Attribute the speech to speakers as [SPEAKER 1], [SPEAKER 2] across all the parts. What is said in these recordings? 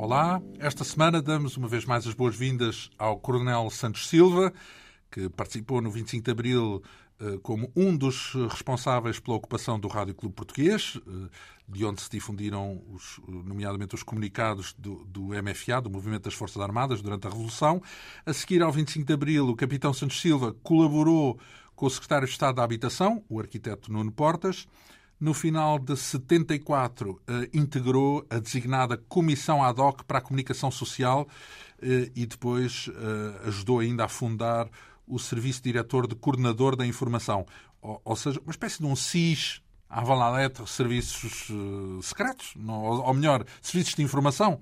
[SPEAKER 1] Olá, esta semana damos uma vez mais as boas-vindas ao Coronel Santos Silva, que participou no 25 de Abril como um dos responsáveis pela ocupação do Rádio Clube Português, de onde se difundiram, nomeadamente, os comunicados do MFA, do Movimento das Forças Armadas, durante a Revolução. A seguir ao 25 de Abril, o capitão Santos Silva colaborou com o secretário de Estado da Habitação, o arquiteto Nuno Portas. No final de 74, integrou a designada Comissão Ad Hoc para a Comunicação Social e depois ajudou ainda a fundar o Serviço Diretor de Coordenador da Informação. Ou seja, uma espécie de um SIS, à Valadete, serviços secretos, ou melhor, serviços de informação.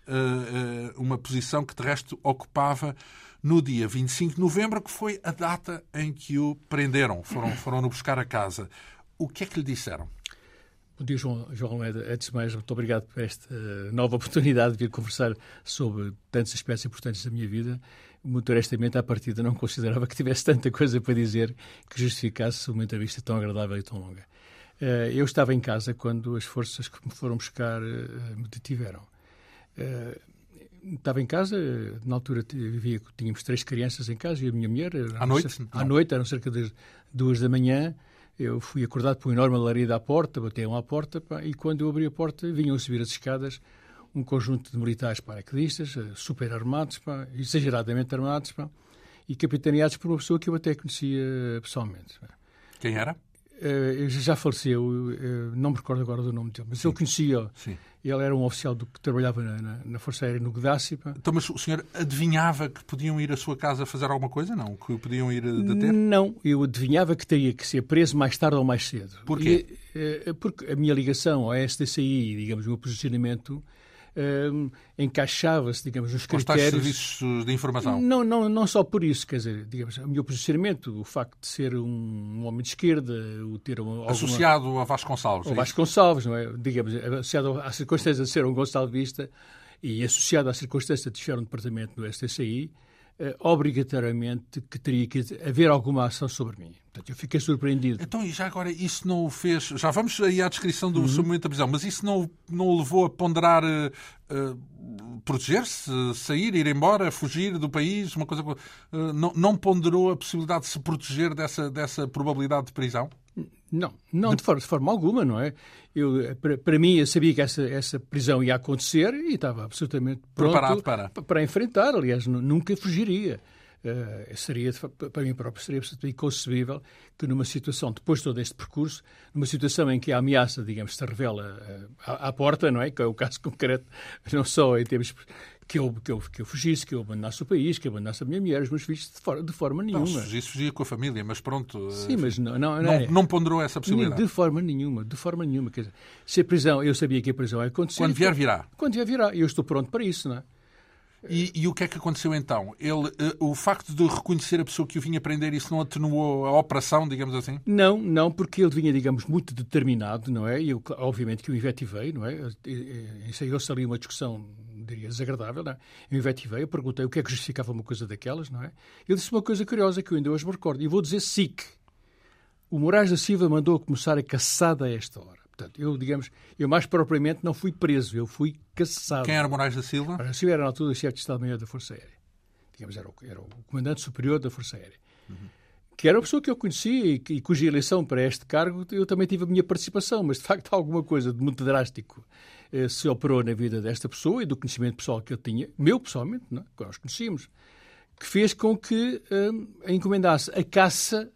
[SPEAKER 1] Uma posição que, de resto, ocupava no dia 25 de novembro, que foi a data em que o prenderam. Foram-no buscar a casa. O que é que lhe disseram?
[SPEAKER 2] Bom dia, João Almeida. Antes de mais, muito obrigado por esta nova oportunidade de vir conversar sobre tantos aspectos importantes da minha vida. Muito honestamente, à partida, não considerava que tivesse tanta coisa para dizer que justificasse uma entrevista tão agradável e tão longa. Eu estava em casa quando as forças que me foram buscar me detiveram. Estava em casa, na altura tínhamos 3 crianças em casa e a minha mulher.
[SPEAKER 1] À noite?
[SPEAKER 2] À noite, eram cerca de 2 da manhã. Eu fui acordado por uma enorme alarido à porta, bateram à porta, e quando eu abri a porta, vinham subir as escadas um conjunto de militares paraquedistas, super armados, exageradamente armados, e capitaneados por uma pessoa que eu até conhecia pessoalmente.
[SPEAKER 1] Quem era?
[SPEAKER 2] Já faleceu, não me recordo agora do nome dele, mas eu conhecia-o. Ele era um oficial que trabalhava na Força Aérea no Gdaci.
[SPEAKER 1] Então, mas o senhor adivinhava que podiam ir à sua casa fazer alguma coisa, não? Que podiam ir deter?
[SPEAKER 2] Não, eu adivinhava que teria que ser preso mais tarde ou mais cedo.
[SPEAKER 1] Porquê?
[SPEAKER 2] Porque a minha ligação ao SDCI, digamos, o meu posicionamento, encaixava-se, digamos, nos critérios...
[SPEAKER 1] Os tais serviços de informação?
[SPEAKER 2] Não só por isso, quer dizer, digamos, o meu posicionamento, o facto de ser um homem de esquerda, ter
[SPEAKER 1] associado a Vasconcelos.
[SPEAKER 2] Ao Vasconcelos, não é? Digamos, associado à circunstância de ser um gonçalvista e associado à circunstância de chegar um departamento do STCI, obrigatoriamente que teria que haver alguma ação sobre mim. Portanto, eu fiquei surpreendido.
[SPEAKER 1] Então, e já agora, isso não o fez... Já vamos aí à descrição do seu momento da prisão, mas isso não o levou a ponderar proteger-se, sair, ir embora, fugir do país, uma coisa... Não ponderou a possibilidade de se proteger dessa probabilidade de prisão?
[SPEAKER 2] Não, de forma alguma, não é? Para mim, eu sabia que essa prisão ia acontecer e estava absolutamente pronto para enfrentar. Aliás, nunca fugiria. Para mim próprio seria absolutamente inconcebível que numa situação, depois de todo este percurso, numa situação em que a ameaça, digamos, se revela à porta, não é? Que é o caso concreto, não só em termos que eu fugisse, que eu abandonasse o país, que eu abandonasse a minha mulher, os meus filhos, de forma nenhuma.
[SPEAKER 1] Não, se fugia com a família, mas pronto...
[SPEAKER 2] Sim, mas
[SPEAKER 1] não ponderou essa possibilidade?
[SPEAKER 2] De forma nenhuma. Quer dizer, se a prisão, eu sabia que a prisão ia acontecer...
[SPEAKER 1] Quando vier, virá.
[SPEAKER 2] Quando vier, virá. E eu estou pronto para isso, não é?
[SPEAKER 1] E o que é que aconteceu então? O facto de reconhecer a pessoa que o vinha prender, isso não atenuou a operação, digamos assim?
[SPEAKER 2] Não, porque ele vinha, digamos, muito determinado, não é? E eu, obviamente, que o invetivei, não é? Ensaiou-se ali uma discussão, diria, desagradável, não é? Eu invetivei, eu perguntei o que é que justificava uma coisa daquelas, não é? Ele disse uma coisa curiosa que eu ainda hoje me recordo, e vou dizer SIC. O Moraes da Silva mandou começar a caçada a esta hora. Portanto, eu mais propriamente não fui preso, eu fui caçado.
[SPEAKER 1] Quem era Moraes da Silva?
[SPEAKER 2] Moraes da Silva era, na altura, o chefe de Estado-Maior da Força Aérea. Digamos, era o comandante superior da Força Aérea. Que era uma pessoa que eu conhecia e cuja eleição para este cargo eu também tive a minha participação, mas, de facto, alguma coisa de muito drástico se operou na vida desta pessoa e do conhecimento pessoal que eu tinha, meu pessoalmente, não é? Que nós conhecíamos, que fez com que encomendasse a caça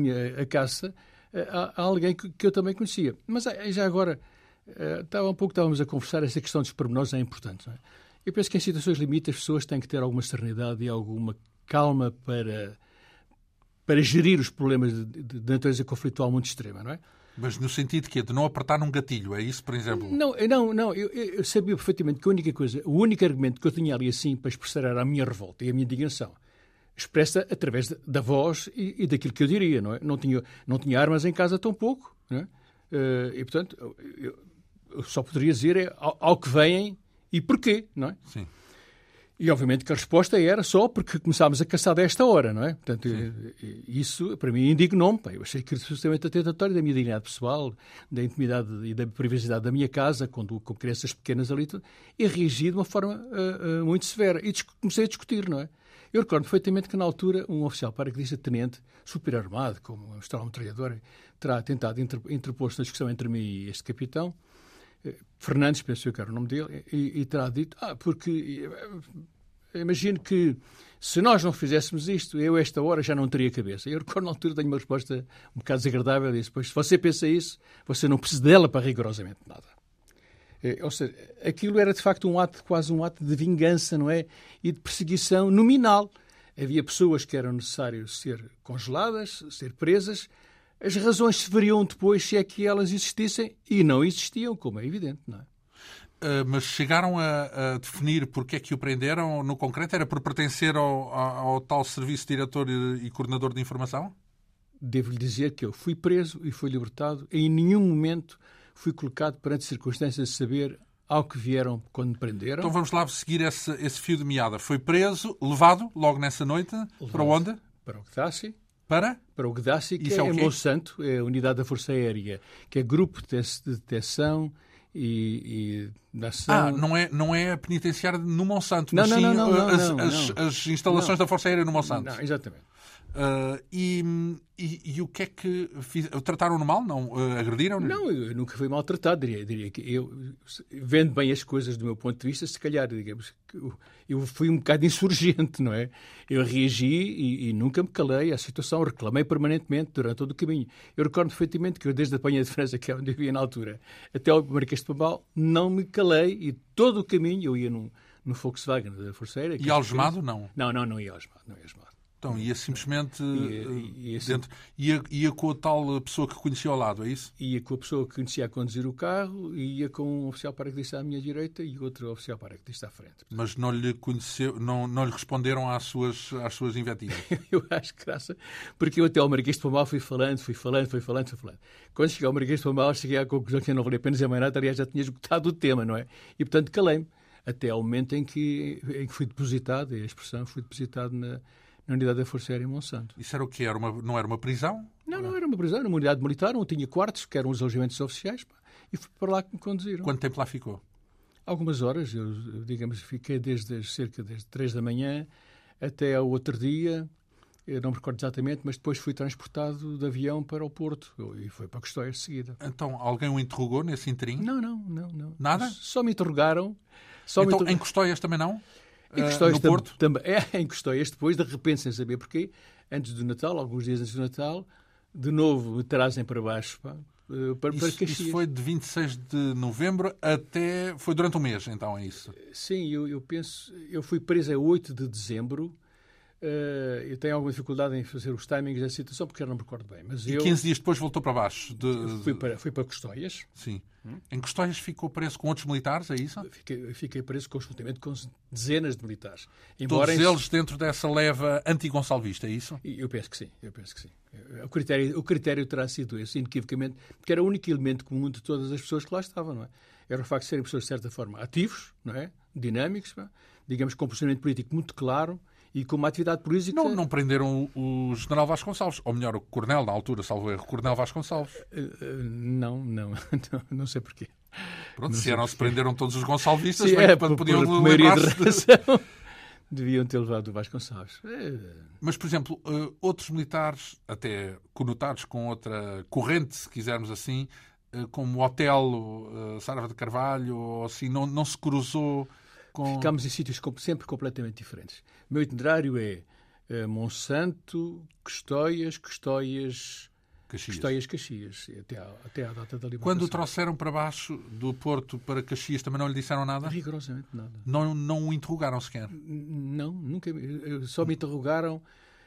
[SPEAKER 2] a alguém que eu também conhecia. Mas já agora, estávamos a conversar, essa questão dos pormenores é importante. Não é? Eu penso que em situações limite as pessoas têm que ter alguma serenidade e alguma calma para gerir os problemas de natureza conflitual muito extrema, não é?
[SPEAKER 1] Mas no sentido que é de não apertar num gatilho, é isso, por exemplo?
[SPEAKER 2] Não, eu sabia perfeitamente que o único argumento que eu tinha ali assim para expressar era a minha revolta e a minha indignação. Expressa através da voz e daquilo que eu diria, não é? Não tinha armas em casa tão pouco, não é? E, portanto, eu só poderia dizer ao que vêm e porquê, não é?
[SPEAKER 1] Sim.
[SPEAKER 2] E, obviamente, que a resposta era só porque começámos a caçar a esta hora, não é? Portanto, isso, para mim, indignou-me. Eu achei que era absolutamente atentatório da minha dignidade pessoal, da intimidade e da privacidade da minha casa, com crianças pequenas ali, e reagi de uma forma muito severa. E comecei a discutir, não é? Eu recordo perfeitamente que, na altura, um oficial paraquedista tenente, super armado, como uma metralhadora, terá tentado interpor-se na discussão entre mim e este capitão, Fernandes, penso eu que era o nome dele, e terá dito, porque imagino que se nós não fizéssemos isto, eu a esta hora já não teria cabeça. Eu recordo na altura, tenho uma resposta um bocado desagradável, e disse, pois se você pensa isso, você não precisa dela para rigorosamente nada. Ou seja, aquilo era de facto quase um ato de vingança, não é? E de perseguição nominal. Havia pessoas que eram necessário ser congeladas, ser presas. As razões se veriam depois se é que elas existissem, e não existiam, como é evidente, não é?
[SPEAKER 1] Mas chegaram a definir porque é que o prenderam no concreto? Era por pertencer ao tal serviço diretor e coordenador de informação?
[SPEAKER 2] Devo-lhe dizer que eu fui preso e fui libertado. Em nenhum momento fui colocado perante circunstâncias de saber ao que vieram quando me prenderam.
[SPEAKER 1] Então vamos lá seguir esse fio de meada. Foi preso, levado logo nessa noite. Para onde?
[SPEAKER 2] Para o Gdaci.
[SPEAKER 1] Para
[SPEAKER 2] o Gdaci, que é em Monsanto, é a unidade da Força Aérea, que é grupo de detecção e da ação.
[SPEAKER 1] Não é a penitenciária no Monsanto,
[SPEAKER 2] não,
[SPEAKER 1] mas sim
[SPEAKER 2] não,
[SPEAKER 1] as instalações da Força Aérea no Monsanto.
[SPEAKER 2] Não, exatamente.
[SPEAKER 1] E o que é que trataram-no mal? Não agrediram?
[SPEAKER 2] Não, eu nunca fui maltratado. Diria que eu, vendo bem as coisas do meu ponto de vista, se calhar, digamos, eu fui um bocado insurgente, não é? Eu reagi e nunca me calei à situação, reclamei permanentemente durante todo o caminho. Eu recordo perfeitamente que eu, desde a Penha de França, que é onde eu via na altura, até ao Marquês de Pombal, não me calei e todo o caminho eu ia no Volkswagen da Força Aérea.
[SPEAKER 1] E algemado, não?
[SPEAKER 2] Não ia algemado.
[SPEAKER 1] Então, ia simplesmente dentro. Ia com a tal pessoa que conhecia ao lado, é isso?
[SPEAKER 2] Ia com a pessoa que conhecia a conduzir o carro, e ia com um oficial paraquedista à minha direita e outro oficial paraquedista à frente.
[SPEAKER 1] Mas não lhe não lhe responderam às suas invectivas?
[SPEAKER 2] Eu acho que graça, porque eu até ao Marquês de Pombal fui falando. Quando cheguei ao Marquês de Pombal, cheguei à conclusão que não valia a pena dizer mais nada, aliás, já tinha esgotado o tema, não é? E, portanto, calei-me, até ao momento em que fui depositado, e a expressão fui depositado na unidade da Força Aérea em Monsanto.
[SPEAKER 1] Isso era o quê? Não era uma prisão?
[SPEAKER 2] Não era uma prisão, era uma unidade militar, onde tinha quartos, que eram os alojamentos oficiais, e foi para lá que me conduziram.
[SPEAKER 1] Quanto tempo lá ficou?
[SPEAKER 2] Algumas horas, eu fiquei desde cerca de 3 da manhã até ao outro dia, eu não me recordo exatamente, mas depois fui transportado de avião para o Porto, e foi para Custóias de seguida.
[SPEAKER 1] Então, alguém o interrogou nesse interim?
[SPEAKER 2] Não.
[SPEAKER 1] Nada?
[SPEAKER 2] Só me interrogaram.
[SPEAKER 1] Em Custóias também não?
[SPEAKER 2] Em Custóias,
[SPEAKER 1] no Porto?
[SPEAKER 2] Também. Em Custóias, depois, de repente, sem saber porquê, antes do Natal, alguns dias antes do Natal, de novo me trazem para baixo, para Caxias.
[SPEAKER 1] Isso foi de 26 de novembro até... Foi durante um mês, então, é isso?
[SPEAKER 2] Sim, eu penso... Eu fui preso a 8 de dezembro. Eu tenho alguma dificuldade em fazer os timings da situação, porque já não me recordo bem. Mas
[SPEAKER 1] 15 dias depois voltou para baixo?
[SPEAKER 2] Fui para Custóias.
[SPEAKER 1] Sim. Em Custóias ficou preso com outros militares, é isso?
[SPEAKER 2] Fiquei preso conjuntamente com dezenas de militares.
[SPEAKER 1] Todos eles dentro dessa leva antigonçalvista, é isso?
[SPEAKER 2] Eu penso que sim. O critério terá sido esse, inequivocamente, porque era o único elemento comum de todas as pessoas que lá estavam, não é? Era o facto de serem pessoas, de certa forma, ativos, não é? Dinâmicos, digamos, com um posicionamento político muito claro, e com uma atividade política...
[SPEAKER 1] Não prenderam o general Vasconcelos, ou melhor, o coronel, na altura, salvo erro, o coronel Vasconcelos.
[SPEAKER 2] Não sei porquê.
[SPEAKER 1] Pronto, se prenderam todos os gonçalvistas,
[SPEAKER 2] sim,
[SPEAKER 1] podiam lembrar-se...
[SPEAKER 2] Deviam ter levado o Vasconcelos.
[SPEAKER 1] Mas, por exemplo, outros militares, até conotados com outra corrente, se quisermos assim, como o Otelo, Sarva de Carvalho, ou assim, não se cruzou...
[SPEAKER 2] Ficámos em sítios sempre completamente diferentes. O meu itinerário é Monsanto, Custóias, Caxias, até à data da libertação.
[SPEAKER 1] Quando o trouxeram para baixo do Porto para Caxias, também não lhe disseram nada?
[SPEAKER 2] Rigorosamente nada.
[SPEAKER 1] Não o interrogaram sequer?
[SPEAKER 2] Não, nunca. Só me interrogaram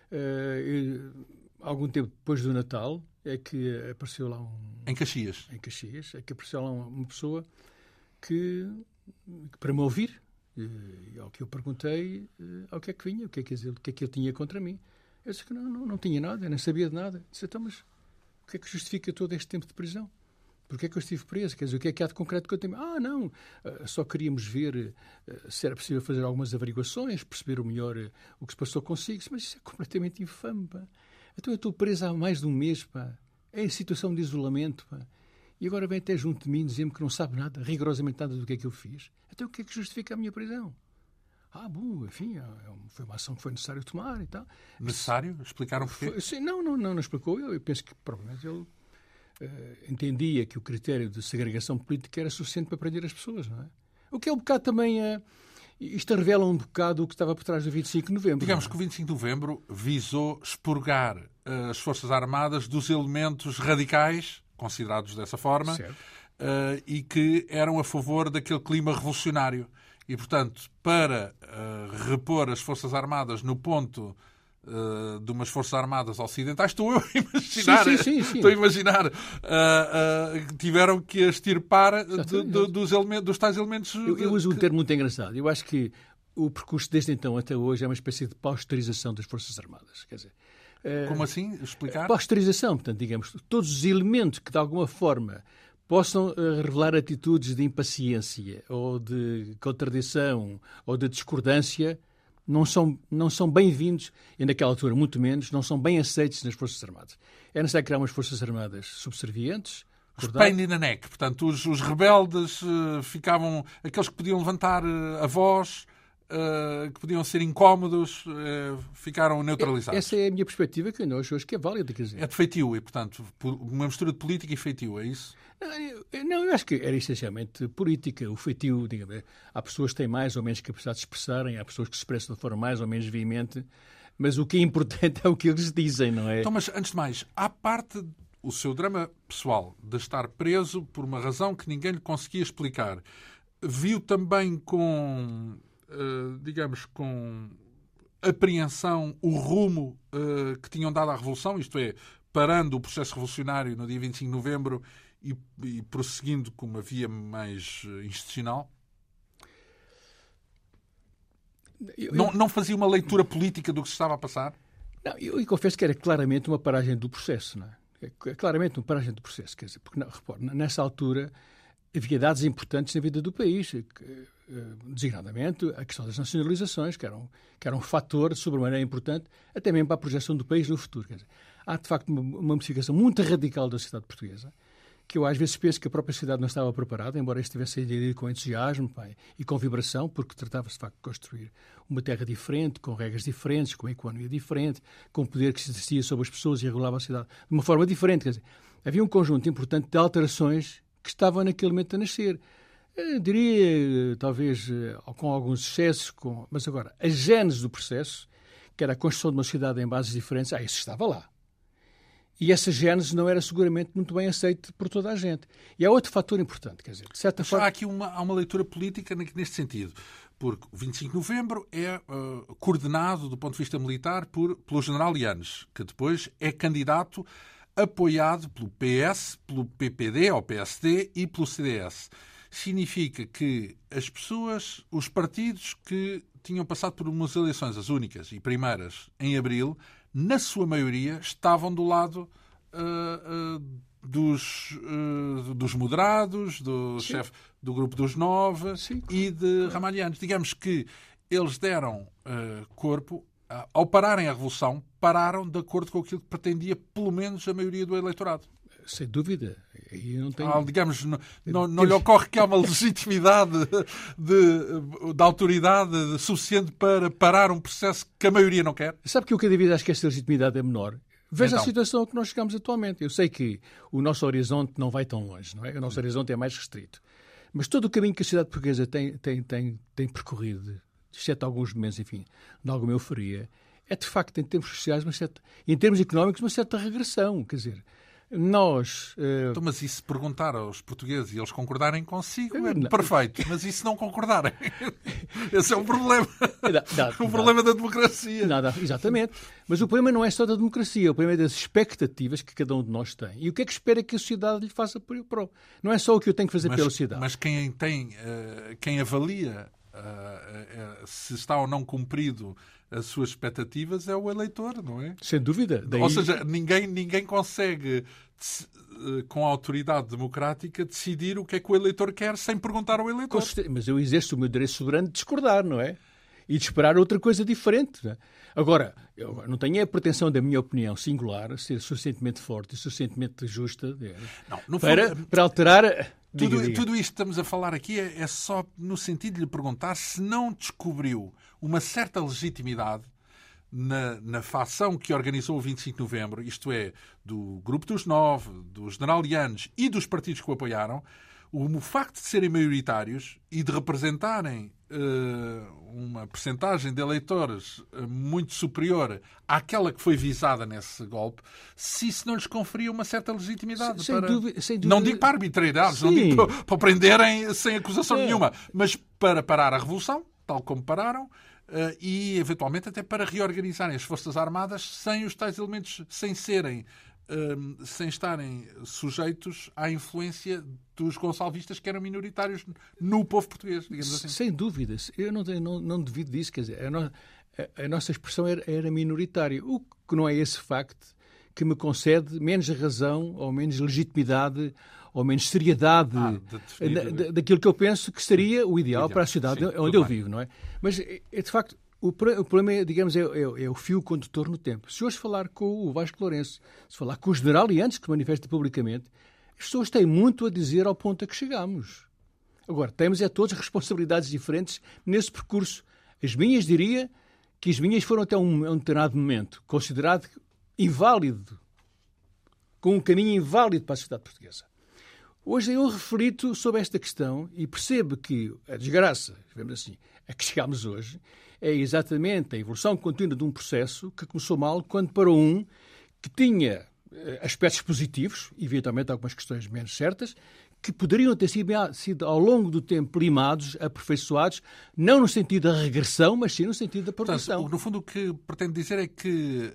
[SPEAKER 2] algum tempo depois do Natal, é que apareceu lá
[SPEAKER 1] Em Caxias?
[SPEAKER 2] Em Caxias, é que apareceu lá uma pessoa que para me ouvir, ao que eu perguntei ao que é que vinha, o que é que ele tinha contra mim. Eu disse que não tinha nada, eu nem sabia de nada. Eu disse, então, mas o que é que justifica todo este tempo de prisão? Porque é que eu estive preso? Quer dizer, o que é que há de concreto que eu tenho? Não, só queríamos ver se era possível fazer algumas averiguações, perceber melhor o que se passou consigo. Mas isso é completamente infame, pá. Então eu estou preso há mais de um mês, pá. É em situação de isolamento, pá. E agora vem até junto de mim dizer-me que não sabe nada, rigorosamente nada do que é que eu fiz. Então o que é que justifica a minha prisão? Bom, enfim, foi uma ação que foi necessário tomar e tal.
[SPEAKER 1] Necessário? Explicaram porquê?
[SPEAKER 2] Sim, não explicou. Eu penso que provavelmente ele entendia que o critério de segregação política era suficiente para prender as pessoas, não é? O que é um bocado também... Isto revela um bocado o que estava por trás do 25 de novembro.
[SPEAKER 1] Digamos que o 25 de novembro visou expurgar as Forças Armadas dos elementos radicais, considerados dessa forma, e que eram a favor daquele clima revolucionário. E, portanto, para repor as Forças Armadas no ponto de umas Forças Armadas ocidentais, estou eu a imaginar,
[SPEAKER 2] sim.
[SPEAKER 1] Estou a imaginar, tiveram que as extirpar dos tais elementos...
[SPEAKER 2] Eu uso um termo muito engraçado. Eu acho que o percurso desde então até hoje é uma espécie de pasteurização das Forças Armadas. Quer dizer,
[SPEAKER 1] como assim? Explicar?
[SPEAKER 2] Pasteurização, portanto, digamos, todos os elementos que de alguma forma possam revelar atitudes de impaciência ou de contradição ou de discordância não são bem-vindos, e naquela altura muito menos, não são bem aceitos nas Forças Armadas. É necessário criar umas Forças Armadas subservientes.
[SPEAKER 1] Os pain in the neck, portanto, os rebeldes ficavam, aqueles que podiam levantar a voz, que podiam ser incómodos, ficaram neutralizados.
[SPEAKER 2] Essa é a minha perspectiva, que eu acho hoje que é válida, quer dizer.
[SPEAKER 1] É de feitio e, portanto, uma mistura de política e feitio, é isso?
[SPEAKER 2] Não, eu acho que era essencialmente política. O feitio, digamos, há pessoas que têm mais ou menos capacidade de se expressarem, há pessoas que se expressam de forma mais ou menos veemente, mas o que é importante é o que eles dizem, não é?
[SPEAKER 1] Então, mas antes de mais, há parte o seu drama pessoal de estar preso por uma razão que ninguém lhe conseguia explicar. Viu também com, digamos, com apreensão o rumo que tinham dado à Revolução, isto é, parando o processo revolucionário no dia 25 de novembro e prosseguindo com uma via mais institucional? Não fazia uma leitura política do que se estava a passar?
[SPEAKER 2] Não, eu confesso que era claramente uma paragem do processo, não é? Claramente uma paragem do processo, quer dizer, porque, repare, nessa altura havia dados importantes na vida do país, designadamente a questão das nacionalizações, que era um fator sobremaneira importante, até mesmo para a projeção do país no futuro. Quer dizer, há, de facto, uma modificação muito radical da sociedade portuguesa, que eu às vezes penso que a própria sociedade não estava preparada, embora estivesse aderido com entusiasmo e com vibração, porque tratava-se de facto de construir uma terra diferente, com regras diferentes, com uma economia diferente, com o poder que se exercia sobre as pessoas e regulava a sociedade de uma forma diferente. Quer dizer, havia um conjunto importante de alterações que estavam naquele momento a nascer. Eu diria, talvez, com alguns excessos, mas agora, a gênese do processo, que era a construção de uma sociedade em bases diferentes, isso estava lá. E essa gênese não era seguramente muito bem aceita por toda a gente. E há outro fator importante, quer dizer, de certa forma...
[SPEAKER 1] Há aqui uma leitura política neste sentido, porque o 25 de novembro é coordenado, do ponto de vista militar, pelo general Yanes, que depois é candidato apoiado pelo PS, pelo PPD ou PSD e pelo CDS. Significa que as pessoas, os partidos que tinham passado por umas eleições, as únicas e primeiras, em abril, na sua maioria, estavam do lado dos moderados, do chefe do grupo dos 9 e de Ramalhianos. Digamos que eles deram corpo, ao pararem a Revolução, pararam de acordo com aquilo que pretendia, pelo menos, a maioria do eleitorado.
[SPEAKER 2] Sem dúvida. E não tem...
[SPEAKER 1] digamos, não lhe ocorre que há uma legitimidade de autoridade suficiente para parar um processo que a maioria não quer?
[SPEAKER 2] Sabe que eu cada vez acho que esta legitimidade é menor. Veja a situação a que nós chegamos atualmente. Eu sei que o nosso horizonte não vai tão longe, não é? O nosso horizonte é mais restrito. Mas todo o caminho que a sociedade portuguesa tem percorrido, exceto alguns momentos, enfim, de alguma euforia, é de facto, em termos sociais, em termos económicos, uma certa regressão. Quer dizer, nós...
[SPEAKER 1] Então, mas e se perguntar aos portugueses e eles concordarem consigo, é perfeito. Mas e se não concordarem? Esse é um problema. O problema da democracia.
[SPEAKER 2] Exatamente. Mas o problema não é só da democracia, o problema é das expectativas que cada um de nós tem. E o que é que espera que a sociedade lhe faça por ele próprio? Não é só o que eu tenho que fazer pela sociedade.
[SPEAKER 1] Mas quem avalia Se está ou não cumprido as suas expectativas, é o eleitor, não é?
[SPEAKER 2] Sem dúvida.
[SPEAKER 1] Daí... Ou seja, ninguém consegue, com a autoridade democrática, decidir o que é que o eleitor quer sem perguntar ao eleitor.
[SPEAKER 2] Mas eu exerço o meu direito soberano de discordar, não é? E de esperar outra coisa diferente. Não é? Agora, eu não tenho a pretensão da minha opinião singular ser suficientemente forte e suficientemente justa para alterar...
[SPEAKER 1] Tudo isto que estamos a falar aqui é só no sentido de lhe perguntar se não descobriu uma certa legitimidade na facção que organizou o 25 de novembro, isto é, do Grupo dos Nove, dos generalianos e dos partidos que o apoiaram, o facto de serem maioritários e de representarem uma percentagem de eleitores muito superior àquela que foi visada nesse golpe, se isso não lhes conferia uma certa legitimidade.
[SPEAKER 2] Sem dúvida.
[SPEAKER 1] Não digo para arbitrariedades, não digo para prenderem sem acusação nenhuma, mas para parar a revolução, tal como pararam, e eventualmente até para reorganizarem as Forças Armadas sem os tais elementos, sem estarem sujeitos à influência dos gonçalvistas que eram minoritários no povo português, digamos assim.
[SPEAKER 2] Sem dúvidas. Eu não duvido disso. Quer dizer, a nossa expressão era minoritária. O que não é esse facto que me concede menos razão ou menos legitimidade ou menos seriedade daquilo que eu penso que seria o ideal para a cidade onde eu vivo, não é? Mas, de facto, o problema, digamos, é o fio condutor no tempo. Se hoje falar com o Vasco Lourenço, se falar com o general e antes que manifesta publicamente, as pessoas têm muito a dizer ao ponto a que chegamos. Agora, temos todas responsabilidades diferentes nesse percurso. As minhas, diria que as minhas foram até um determinado momento considerado inválido, com um caminho inválido para a sociedade portuguesa. Hoje eu reflito sobre esta questão e percebo que a desgraça, digamos assim, a que chegámos hoje, é exatamente a evolução contínua de um processo que começou mal quando parou que tinha aspectos positivos, eventualmente algumas questões menos certas, que poderiam ter sido ao longo do tempo limados, aperfeiçoados, não no sentido da regressão, mas sim no sentido da progressão.
[SPEAKER 1] Portanto, no fundo, o que pretendo dizer é que,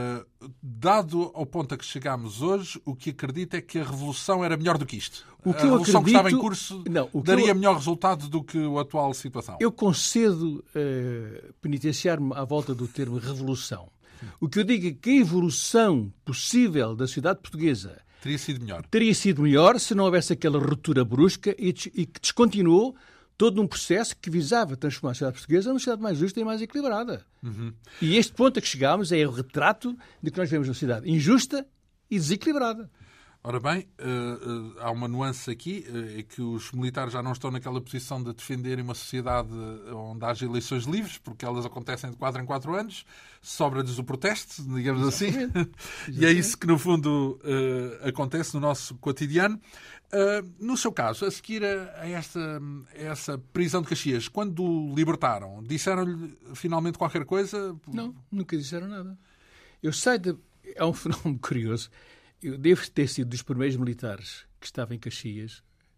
[SPEAKER 1] dado ao ponto a que chegámos hoje, o que acredito é que a revolução era melhor do que isto. A revolução que estava em curso daria melhor resultado do que a atual situação.
[SPEAKER 2] Eu concedo penitenciar-me à volta do termo revolução. O que eu digo é que a evolução possível da sociedade portuguesa teria sido melhor se não houvesse aquela ruptura brusca e que descontinuou todo um processo que visava transformar a sociedade portuguesa numa sociedade mais justa e mais equilibrada. E este ponto a que chegámos é o retrato de que nós vemos uma sociedade injusta e desequilibrada.
[SPEAKER 1] Ora bem, há uma nuance aqui, é que os militares já não estão naquela posição de defenderem uma sociedade onde haja eleições livres, porque elas acontecem de 4 em 4 anos, sobra-lhes o protesto, digamos assim. E é isso que, no fundo, acontece no nosso cotidiano. No seu caso, a seguir a essa prisão de Caxias, quando o libertaram, disseram-lhe finalmente qualquer coisa?
[SPEAKER 2] Não, nunca disseram nada. Eu saio É um fenómeno curioso. Eu devo ter sido dos primeiros militares que estava em Caxias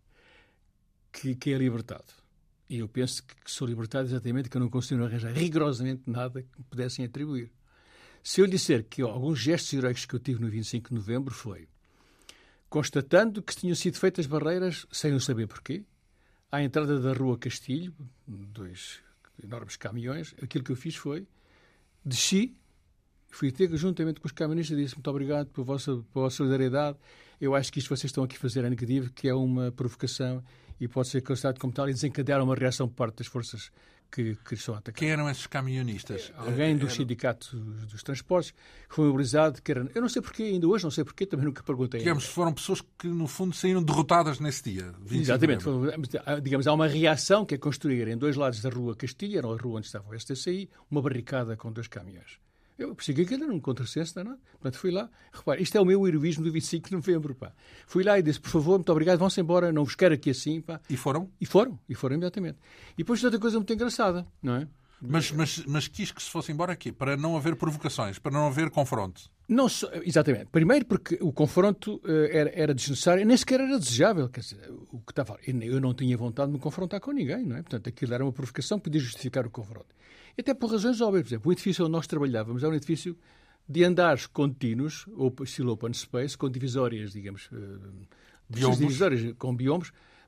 [SPEAKER 2] que é libertado. E eu penso que sou libertado exatamente que eu não consigo arranjar rigorosamente nada que me pudessem atribuir. Se eu lhe disser que alguns gestos heróicos que eu tive no 25 de novembro foi constatando que tinham sido feitas barreiras, sem eu saber porquê, à entrada da Rua Castilho, 2 enormes caminhões, aquilo que eu fiz foi desci, fui ter juntamente com os camionistas e disse muito obrigado pela vossa solidariedade. Eu acho que isto que vocês estão aqui a fazer é negativo, que é uma provocação e pode ser considerado como tal e desencadear uma reação por parte das forças que estão a atacar.
[SPEAKER 1] Quem eram esses camionistas?
[SPEAKER 2] Alguém do sindicato dos transportes que foi mobilizado. Eu não sei porquê, ainda hoje não sei porquê, também nunca perguntei.
[SPEAKER 1] Digamos, foram pessoas que no fundo saíram derrotadas nesse dia.
[SPEAKER 2] Exatamente. Digamos, há uma reação que é construir em 2 lados da Rua Castilha, era a rua onde estava o STCI, uma barricada com 2 caminhões. Eu percebi que aquilo era um contrassenso, não é nada. Portanto, fui lá. Repare, isto é o meu heroísmo do 25 de novembro. Pá. Fui lá e disse, por favor, muito obrigado, vão-se embora, não vos quero aqui assim. Pá.
[SPEAKER 1] E foram?
[SPEAKER 2] E foram imediatamente. E depois outra coisa muito engraçada, não é?
[SPEAKER 1] Mas quis que se fosse embora aqui, para não haver provocações, para não haver confronto.
[SPEAKER 2] Não, exatamente. Primeiro porque o confronto era desnecessário, nem sequer era desejável. Quer dizer, o que estava, eu não tinha vontade de me confrontar com ninguém, não é? Portanto, aquilo era uma provocação que podia justificar o confronto. E até por razões óbvias. Por exemplo, o edifício onde nós trabalhávamos era um edifício de andares contínuos, ou estilo open space, com divisórias, digamos, divisórias com biomas,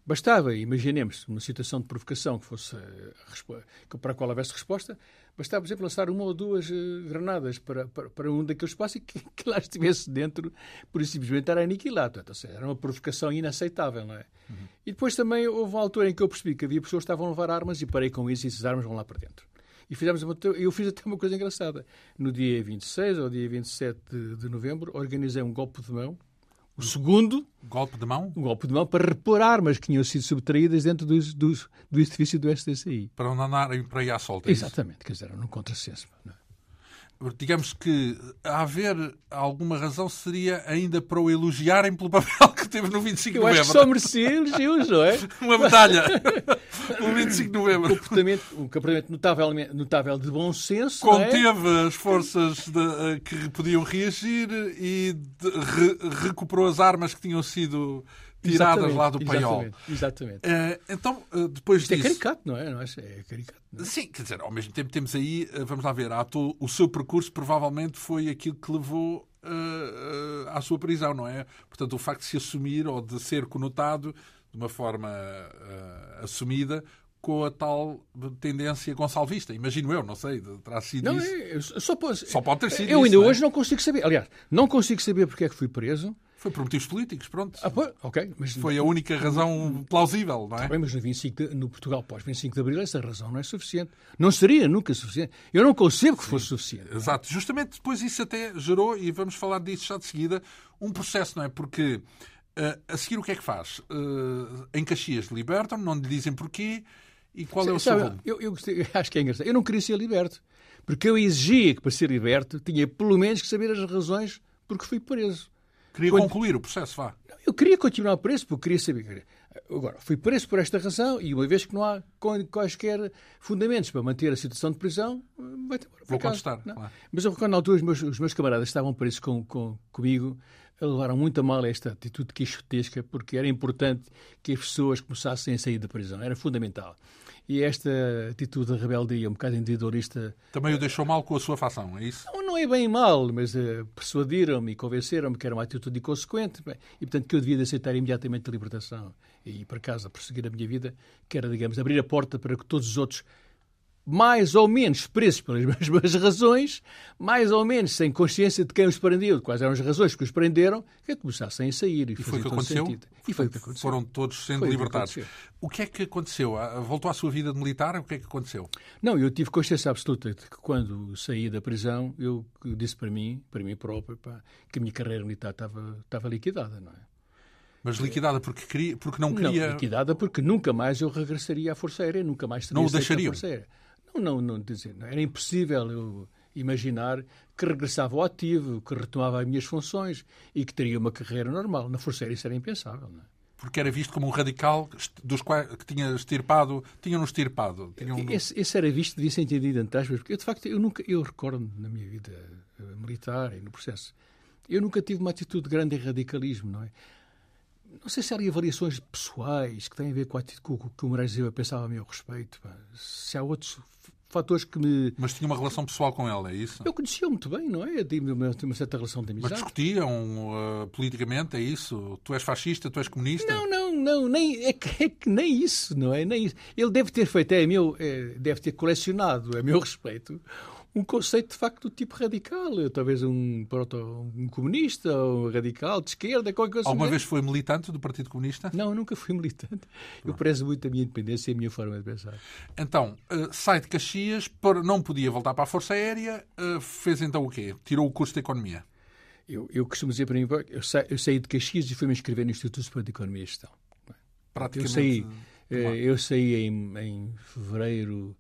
[SPEAKER 2] Bastava, imaginemos, uma situação de provocação que fosse para a qual houvesse resposta, bastava, por exemplo, lançar uma ou duas granadas para um daqueles espaços e que lá estivesse dentro, por simplesmente era aniquilado. Portanto, ou seja, era uma provocação inaceitável, não é? Uhum. E depois também houve uma altura em que eu percebi que havia pessoas que estavam a levar armas e parei com isso e essas armas vão lá para dentro. E eu fiz até uma coisa engraçada. No dia 26 ou dia 27 de novembro, organizei um golpe de mão. O segundo...
[SPEAKER 1] Golpe de mão?
[SPEAKER 2] Um golpe de mão para repor armas que tinham sido subtraídas dentro do edifício do STCI.
[SPEAKER 1] Para não andarem para aí à solta.
[SPEAKER 2] Exatamente. Quer dizer, era um contrassenso. Não é?
[SPEAKER 1] Digamos que, a haver alguma razão, seria ainda para o elogiarem pelo papel que teve no 25 de novembro.
[SPEAKER 2] Eu acho que só merecia elogios, não é?
[SPEAKER 1] Uma medalha no 25 de novembro.
[SPEAKER 2] Um comportamento notável de bom senso.
[SPEAKER 1] Conteve as forças que podiam reagir e recuperou as armas que tinham sido tiradas lá do paiol.
[SPEAKER 2] Exatamente.
[SPEAKER 1] Então, depois
[SPEAKER 2] isto
[SPEAKER 1] disso...
[SPEAKER 2] é caricato, não é? É caricato. Não é?
[SPEAKER 1] Sim, quer dizer, ao mesmo tempo temos aí, vamos lá ver, o seu percurso provavelmente foi aquilo que levou à sua prisão, não é? Portanto, o facto de se assumir ou de ser conotado de uma forma assumida com a tal tendência gonçalvista. Imagino eu, não sei, terá sido
[SPEAKER 2] não,
[SPEAKER 1] isso.
[SPEAKER 2] Só
[SPEAKER 1] pode ter sido
[SPEAKER 2] eu
[SPEAKER 1] isso.
[SPEAKER 2] Eu ainda hoje não consigo saber. Aliás, não consigo saber porque é que fui preso.
[SPEAKER 1] Foi por motivos políticos, pronto.
[SPEAKER 2] Ok. Mas
[SPEAKER 1] foi a única razão plausível, não é?
[SPEAKER 2] Tá bem, mas no Portugal pós-25 de Abril essa razão não é suficiente. Não seria nunca suficiente. Eu não concebo que fosse suficiente.
[SPEAKER 1] Exato. Justamente depois isso até gerou, e vamos falar disso já de seguida, um processo, não é? Porque a seguir o que é que faz? Em Caxias libertam, não lhe dizem porquê e qual é o seu rumo?
[SPEAKER 2] Eu acho que é engraçado. Eu não queria ser liberto. Porque eu exigia que para ser liberto tinha pelo menos que saber as razões porque fui preso.
[SPEAKER 1] Queria concluir o processo, vá.
[SPEAKER 2] Eu queria continuar preso, porque queria saber. Agora, fui preso por esta razão e uma vez que não há quaisquer fundamentos para manter a situação de prisão, vai-te embora.
[SPEAKER 1] Vou contestar, claro.
[SPEAKER 2] Mas eu recordo na altura os meus camaradas estavam presos comigo, levaram muito a mal esta atitude quixotesca, porque era importante que as pessoas começassem a sair da prisão. Era fundamental. E esta atitude de rebeldia, um bocado individualista...
[SPEAKER 1] Também o deixou mal com a sua facção, é isso?
[SPEAKER 2] Não é bem mal, mas persuadiram-me e convenceram-me que era uma atitude inconsequente e, portanto, que eu devia de aceitar imediatamente a libertação e ir para casa prosseguir a minha vida, que era, digamos, abrir a porta para que todos os outros, mais ou menos presos pelas mesmas razões, mais ou menos sem consciência de quem os prendeu, de quais eram as razões que os prenderam, que começassem a sair.
[SPEAKER 1] E foi o que aconteceu?
[SPEAKER 2] E foi o que aconteceu.
[SPEAKER 1] Foram todos sendo libertados. O que é que aconteceu? Voltou à sua vida de militar? O que é que aconteceu?
[SPEAKER 2] Não, eu tive consciência absoluta de que quando saí da prisão, eu disse para mim próprio, que a minha carreira militar estava liquidada, não é?
[SPEAKER 1] Mas liquidada porque não queria...
[SPEAKER 2] Não, liquidada porque nunca mais eu regressaria à Força Aérea, nunca mais teria
[SPEAKER 1] não o deixariam?
[SPEAKER 2] A Força Aérea. Não, era impossível eu imaginar que regressava ao ativo, que retomava as minhas funções e que teria uma carreira normal. Na Força Aérea isso era impensável, não é?
[SPEAKER 1] Porque era visto como um radical dos quais que tinham-no extirpado.
[SPEAKER 2] Esse era visto, devia ser entendido entre aspas, porque eu, de facto, eu recordo na minha vida militar e no processo, eu nunca tive uma atitude de grande radicalismo, não é? Não sei se há ali avaliações pessoais que têm a ver com o que o Moraes Silva pensava a meu respeito. Se há outros fatores que me...
[SPEAKER 1] Mas tinha uma relação pessoal com ela, é isso?
[SPEAKER 2] Eu conhecia-o muito bem, não é? Tinha uma certa relação de amizade.
[SPEAKER 1] Mas discutiam politicamente, é isso? Tu és fascista, tu és comunista?
[SPEAKER 2] Não, é que nem isso, não é? Nem isso. Ele deve ter feito, deve ter colecionado, a meu respeito, um conceito, de facto, do tipo radical. Talvez um comunista, ou um radical de esquerda, qualquer coisa.
[SPEAKER 1] Alguma vez foi militante do Partido Comunista?
[SPEAKER 2] Não, nunca fui militante. Eu prezo muito a minha independência e a minha forma de pensar.
[SPEAKER 1] Então, sai de Caxias, não podia voltar para a Força Aérea, fez então o quê? Tirou o curso de Economia?
[SPEAKER 2] Eu costumo dizer para mim, eu saí de Caxias e fui-me inscrever no Instituto Superior de Economia e Gestão.
[SPEAKER 1] Praticamente...
[SPEAKER 2] Eu saí em fevereiro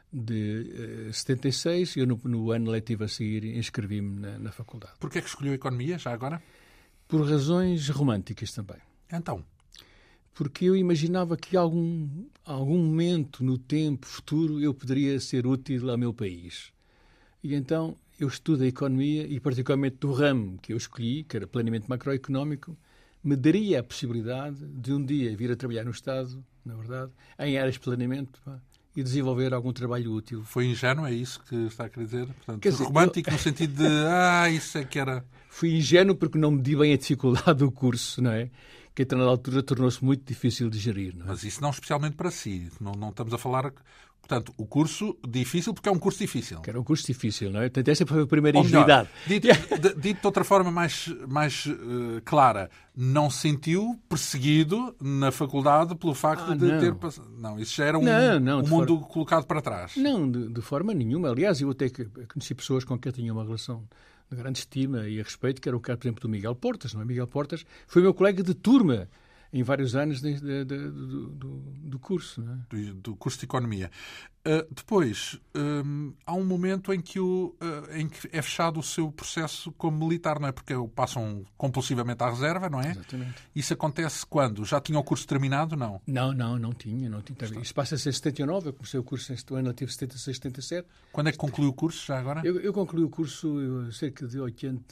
[SPEAKER 2] de 76, eu no ano letivo a seguir inscrevi-me na faculdade.
[SPEAKER 1] Porquê é que escolheu Economia, já agora?
[SPEAKER 2] Por razões românticas também.
[SPEAKER 1] Então?
[SPEAKER 2] Porque eu imaginava que algum momento no tempo futuro eu poderia ser útil ao meu país. E então eu estudo a Economia e particularmente do ramo que eu escolhi, que era planeamento macroeconómico, me daria a possibilidade de um dia vir a trabalhar no Estado, na verdade, em áreas de planeamento, e desenvolver algum trabalho útil.
[SPEAKER 1] Foi ingênuo, é isso que está a querer dizer? Portanto, romântico no sentido de, isso é que era...
[SPEAKER 2] Fui ingênuo porque não medi bem a dificuldade do curso, não é? que a determinada altura tornou-se muito difícil de gerir. Não é?
[SPEAKER 1] Mas isso não especialmente para si. Não estamos a falar... Portanto, o curso difícil, porque é um curso difícil.
[SPEAKER 2] Que era um curso difícil, não é? Portanto, essa foi a primeira ingenuidade.
[SPEAKER 1] Dito de outra forma mais clara, não se sentiu perseguido na faculdade pelo facto de ter passado... Não, isso já era um mundo colocado para trás.
[SPEAKER 2] Não, de forma nenhuma. Aliás, eu até conheci pessoas com quem eu tinha uma relação de grande estima e a respeito, que era o caso, por exemplo, do Miguel Portas. Não é? Miguel Portas foi meu colega de turma em vários anos do curso. Não é?
[SPEAKER 1] Do curso de Economia. Depois, há um momento em que é fechado o seu processo como militar, não é? Porque passam compulsivamente à reserva, não é?
[SPEAKER 2] Exatamente.
[SPEAKER 1] Isso acontece quando? Já tinha o curso terminado, não?
[SPEAKER 2] Não tinha. Isso passa-se em 79, eu comecei o curso neste ano, eu tive 76, 77.
[SPEAKER 1] Quando é que concluiu o curso, já agora?
[SPEAKER 2] Eu concluí o curso cerca de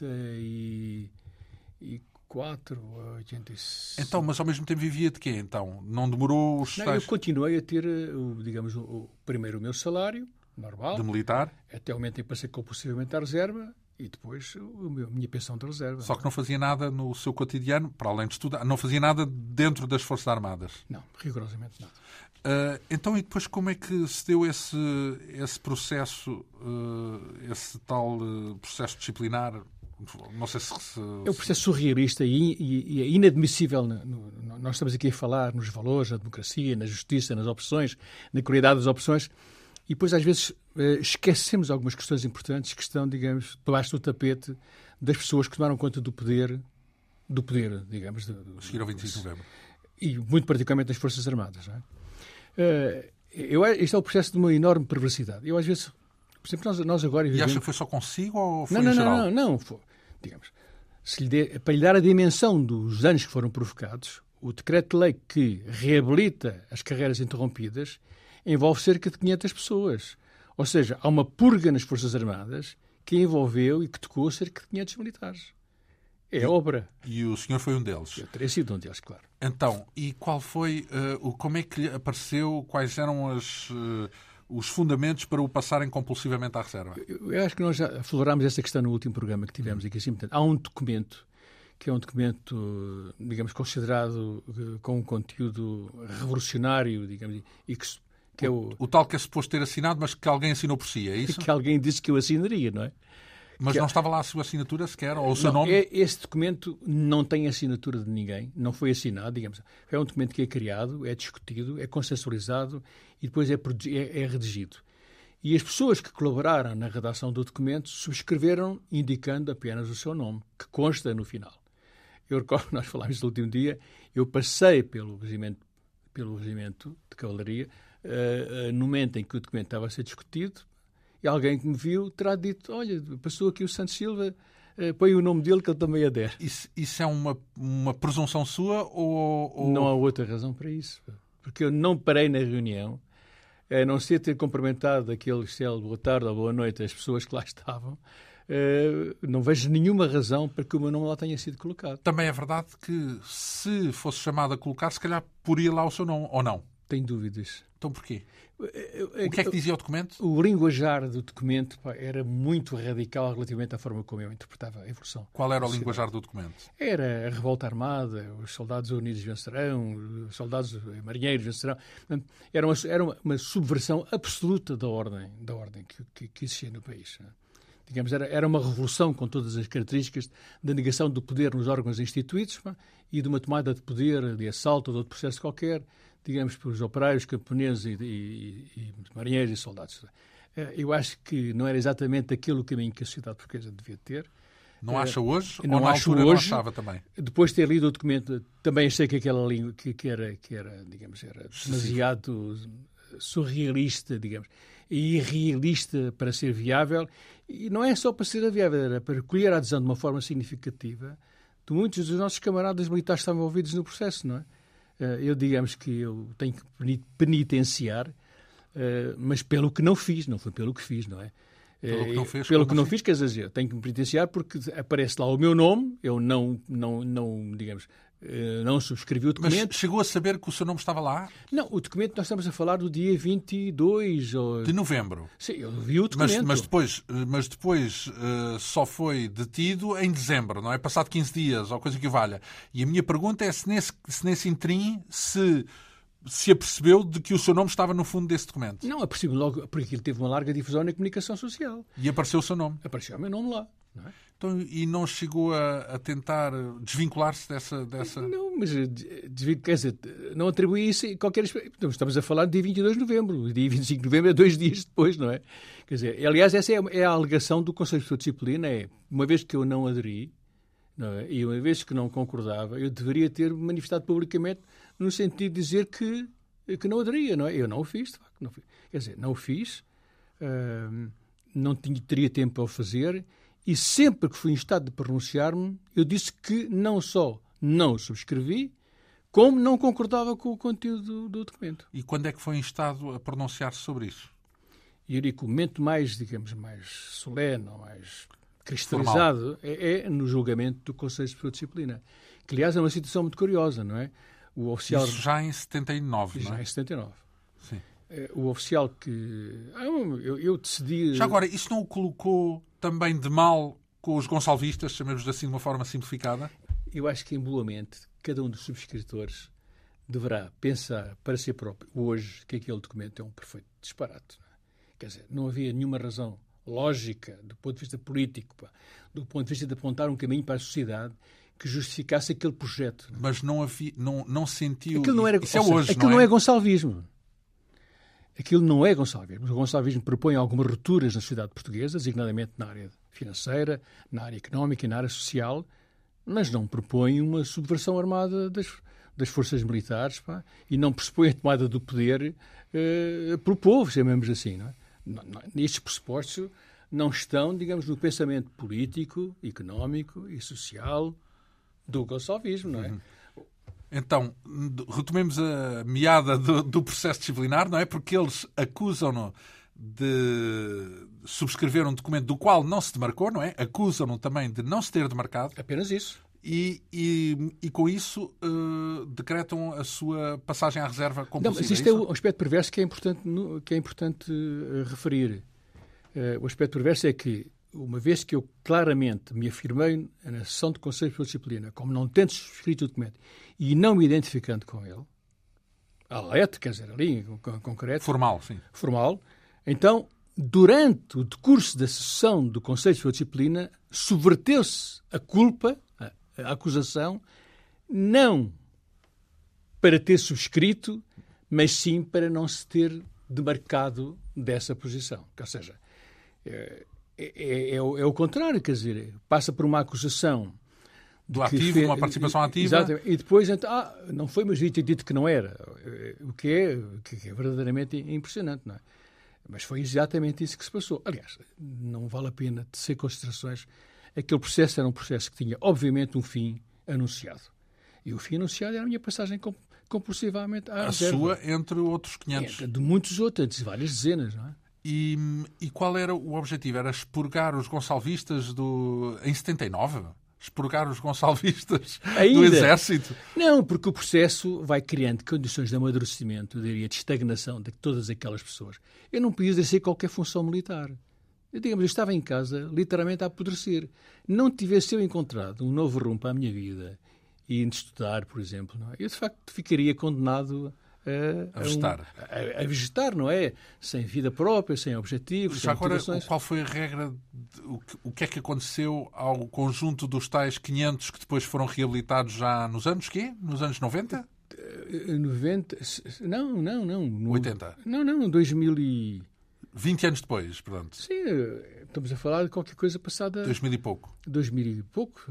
[SPEAKER 2] 84 ou 86.
[SPEAKER 1] Então, mas ao mesmo tempo vivia de quê, então? Não demorou os...
[SPEAKER 2] Eu continuei a ter, digamos, primeiro o meu salário normal.
[SPEAKER 1] De militar?
[SPEAKER 2] Até o momento em que passei compulsivamente à reserva e depois a minha pensão de reserva.
[SPEAKER 1] Só que não fazia nada no seu cotidiano, para além de estudar, não fazia nada dentro das Forças Armadas?
[SPEAKER 2] Não, rigorosamente nada.
[SPEAKER 1] Então, e depois como é que se deu esse processo, esse tal processo disciplinar? Não sei se...
[SPEAKER 2] É um processo surrealista e é inadmissível. Nós estamos aqui a falar nos valores, na democracia, na justiça, nas opções, na qualidade das opções, e depois às vezes esquecemos algumas questões importantes que estão, digamos, debaixo do tapete das pessoas que tomaram conta do poder, digamos.
[SPEAKER 1] Seguir ao 25 de novembro.
[SPEAKER 2] E muito particularmente das Forças Armadas. Não é? Este é o processo de uma enorme perversidade. Eu às vezes... Por exemplo, nós agora vivemos...
[SPEAKER 1] E acha que foi só consigo ou foi em geral?
[SPEAKER 2] Não. Digamos, para lhe dar a dimensão dos danos que foram provocados, o decreto-lei que reabilita as carreiras interrompidas envolve cerca de 500 pessoas. Ou seja, há uma purga nas Forças Armadas que envolveu e que tocou cerca de 500 militares. É obra.
[SPEAKER 1] E o senhor foi um deles?
[SPEAKER 2] Eu teria sido um deles, claro.
[SPEAKER 1] Então, e qual foi... como é que lhe apareceu? Quais eram os fundamentos para o passarem compulsivamente à reserva?
[SPEAKER 2] Eu acho que nós já aflorámos essa questão no último programa que tivemos aqui. Assim, portanto, há um documento que é um documento, digamos, considerado com um conteúdo revolucionário, digamos, e que é
[SPEAKER 1] o tal que é suposto ter assinado, mas que alguém assinou por si, é isso?
[SPEAKER 2] Que alguém disse que eu assinaria, não é?
[SPEAKER 1] Mas não estava lá a sua assinatura sequer, ou o seu nome?
[SPEAKER 2] Esse documento não tem assinatura de ninguém, não foi assinado, digamos. É um documento que é criado, é discutido, é consensualizado e depois é redigido. E as pessoas que colaboraram na redação do documento subscreveram indicando apenas o seu nome, que consta no final. Eu recordo que nós falámos no último dia, eu passei pelo regimento de cavalaria no momento em que o documento estava a ser discutido, e alguém que me viu terá dito, olha, passou aqui o Santos Silva, põe o nome dele que ele também adere.
[SPEAKER 1] Isso é uma presunção sua ou...
[SPEAKER 2] Não há outra razão para isso. Porque eu não parei na reunião, a não ser ter cumprimentado aquele boa tarde ou boa noite às pessoas que lá estavam, não vejo nenhuma razão para que o meu nome lá tenha sido colocado.
[SPEAKER 1] Também é verdade que se fosse chamado a colocar, se calhar poria lá o seu nome, ou não?
[SPEAKER 2] Tenho dúvidas.
[SPEAKER 1] Então porquê? O que é que dizia o documento?
[SPEAKER 2] O linguajar do documento era muito radical relativamente à forma como eu interpretava a evolução.
[SPEAKER 1] Qual era o linguajar do documento?
[SPEAKER 2] Era a revolta armada, os soldados unidos vencerão, os soldados marinheiros vencerão. Era uma subversão absoluta da ordem que existia no país. Digamos, era uma revolução com todas as características da negação do poder nos órgãos instituídos e de uma tomada de poder, de assalto ou de outro processo qualquer, digamos, pelos operários, camponeses e marinheiros e soldados. Eu acho que não era exatamente aquele o caminho que a sociedade portuguesa devia ter.
[SPEAKER 1] Não acha hoje?
[SPEAKER 2] Não
[SPEAKER 1] ou na
[SPEAKER 2] acho
[SPEAKER 1] altura
[SPEAKER 2] hoje.
[SPEAKER 1] Não achava também?
[SPEAKER 2] Depois de ter lido o documento, também achei que aquela língua que era digamos, era demasiado surrealista, digamos, e irrealista para ser viável. E não é só para ser viável, era para recolher a adesão de uma forma significativa de muitos dos nossos camaradas militares que estavam envolvidos no processo, não é? Eu, digamos que eu tenho que penitenciar, mas pelo que não fiz, não foi pelo que fiz, não é?
[SPEAKER 1] Pelo que não
[SPEAKER 2] fiz, quer dizer, eu tenho que me penitenciar porque aparece lá o meu nome, eu não digamos, não subscrevi o documento.
[SPEAKER 1] Mas chegou a saber que o seu nome estava lá?
[SPEAKER 2] Não, o documento nós estamos a falar do dia 22...
[SPEAKER 1] de novembro.
[SPEAKER 2] Sim, eu vi o documento.
[SPEAKER 1] Mas depois só foi detido em dezembro, não é? Passado 15 dias, ou coisa que o valha. E a minha pergunta é se nesse interim se apercebeu de que o seu nome estava no fundo desse documento.
[SPEAKER 2] Não, apercebi logo, porque ele teve uma larga difusão na comunicação social.
[SPEAKER 1] E apareceu o seu nome.
[SPEAKER 2] Apareceu o meu nome lá. Não é?
[SPEAKER 1] Então, e não chegou a tentar desvincular-se dessa...
[SPEAKER 2] Não, mas quer dizer, não atribui isso a qualquer... Estamos a falar do dia 22 de novembro. O dia 25 de novembro é 2 dias depois, não é? Quer dizer, aliás, essa é a alegação do Conselho de Disciplina, uma vez que eu não aderi, não é? E uma vez que não concordava, eu deveria ter manifestado publicamente no sentido de dizer que não aderia, não é? Eu não o fiz, de facto. Não fiz. Quer dizer, não o fiz, não teria tempo para o fazer, e sempre que fui instado de pronunciar-me, eu disse que não só não o subscrevi, como não concordava com o conteúdo do documento.
[SPEAKER 1] E quando é que foi instado a pronunciar-se sobre isso?
[SPEAKER 2] E eu digo que o momento mais, digamos, mais solene, mais cristalizado, é no julgamento do Conselho de Disciplina. Que, aliás, é uma situação muito curiosa, não é? O oficial...
[SPEAKER 1] Isso já em 79, não é?
[SPEAKER 2] Já em 79.
[SPEAKER 1] Sim.
[SPEAKER 2] O oficial que... Eu decidi...
[SPEAKER 1] Já agora, isso não o colocou também de mal com os gonçalvistas, chamemos assim de uma forma simplificada?
[SPEAKER 2] Eu acho que, embolamente, cada um dos subscritores deverá pensar para si próprio, hoje, que aquele documento é um perfeito disparate. Não é? Quer dizer, não havia nenhuma razão lógica, do ponto de vista político, do ponto de vista de apontar um caminho para a sociedade, que justificasse aquele projeto. Não é?
[SPEAKER 1] Mas não sentiu...
[SPEAKER 2] Aquilo não era,
[SPEAKER 1] isso é hoje,
[SPEAKER 2] aquilo não é gonçalvismo. Aquilo não é gonçalvismo. O gonçalvismo propõe algumas rupturas na sociedade portuguesa, designadamente na área financeira, na área económica e na área social, mas não propõe uma subversão armada das forças militares, e não pressupõe a tomada do poder pelo povo, chamemos assim. Não é? Estes pressupostos não estão, digamos, no pensamento político, económico e social do gonçalvismo, não é?
[SPEAKER 1] Então, retomemos a meada do processo disciplinar, não é? Porque eles acusam-no de subscrever um documento do qual não se demarcou, não é? Acusam-no também de não se ter demarcado.
[SPEAKER 2] Apenas isso.
[SPEAKER 1] E com isso decretam a sua passagem à reserva compulsiva.
[SPEAKER 2] Não, mas isto é um aspecto perverso que é importante referir. O aspecto perverso é que, uma vez que eu claramente me afirmei na sessão do Conselho de Disciplina como não tendo subscrito o documento e não me identificando com ele, quer dizer, ali em concreto...
[SPEAKER 1] Formal, sim.
[SPEAKER 2] Formal. Então, durante o decurso da sessão do Conselho de Disciplina, subverteu-se a culpa, a acusação, não para ter subscrito, mas sim para não se ter demarcado dessa posição. Ou seja, é o contrário, quer dizer, passa por uma acusação
[SPEAKER 1] do ativo, uma participação ativa.
[SPEAKER 2] Exatamente. E depois, não foi, mas devia ter dito que não era. O que é verdadeiramente impressionante, não é? Mas foi exatamente isso que se passou. Aliás, não vale a pena tecer considerações. Aquele processo era um processo que tinha, obviamente, um fim anunciado. E o fim anunciado era a minha passagem compulsivamente à reserva.
[SPEAKER 1] A sua, entre outros 500.
[SPEAKER 2] De muitos outros, de várias dezenas, não é?
[SPEAKER 1] E qual era o objetivo? Era expurgar os gonçalvistas em 79? Expurgar os gonçalvistas do Exército?
[SPEAKER 2] Não, porque o processo vai criando condições de amadurecimento, eu diria, de estagnação de todas aquelas pessoas. Eu não podia exercer qualquer função militar. Eu estava em casa, literalmente a apodrecer. Não tivesse eu encontrado um novo rumo para a minha vida e de estudar, por exemplo, não é? Eu, de facto, ficaria condenado a vegetar, não é? Sem vida própria, sem objetivos, sem motivações.
[SPEAKER 1] Qual foi a regra? O que é que aconteceu ao conjunto dos tais 500 que depois foram reabilitados já nos anos quê? Nos anos 90?
[SPEAKER 2] 90? Não.
[SPEAKER 1] 80?
[SPEAKER 2] Não, 2000 e...
[SPEAKER 1] 20 anos depois, portanto.
[SPEAKER 2] Sim, estamos a falar de qualquer coisa passada...
[SPEAKER 1] 2000 e pouco.
[SPEAKER 2] 2000 e pouco?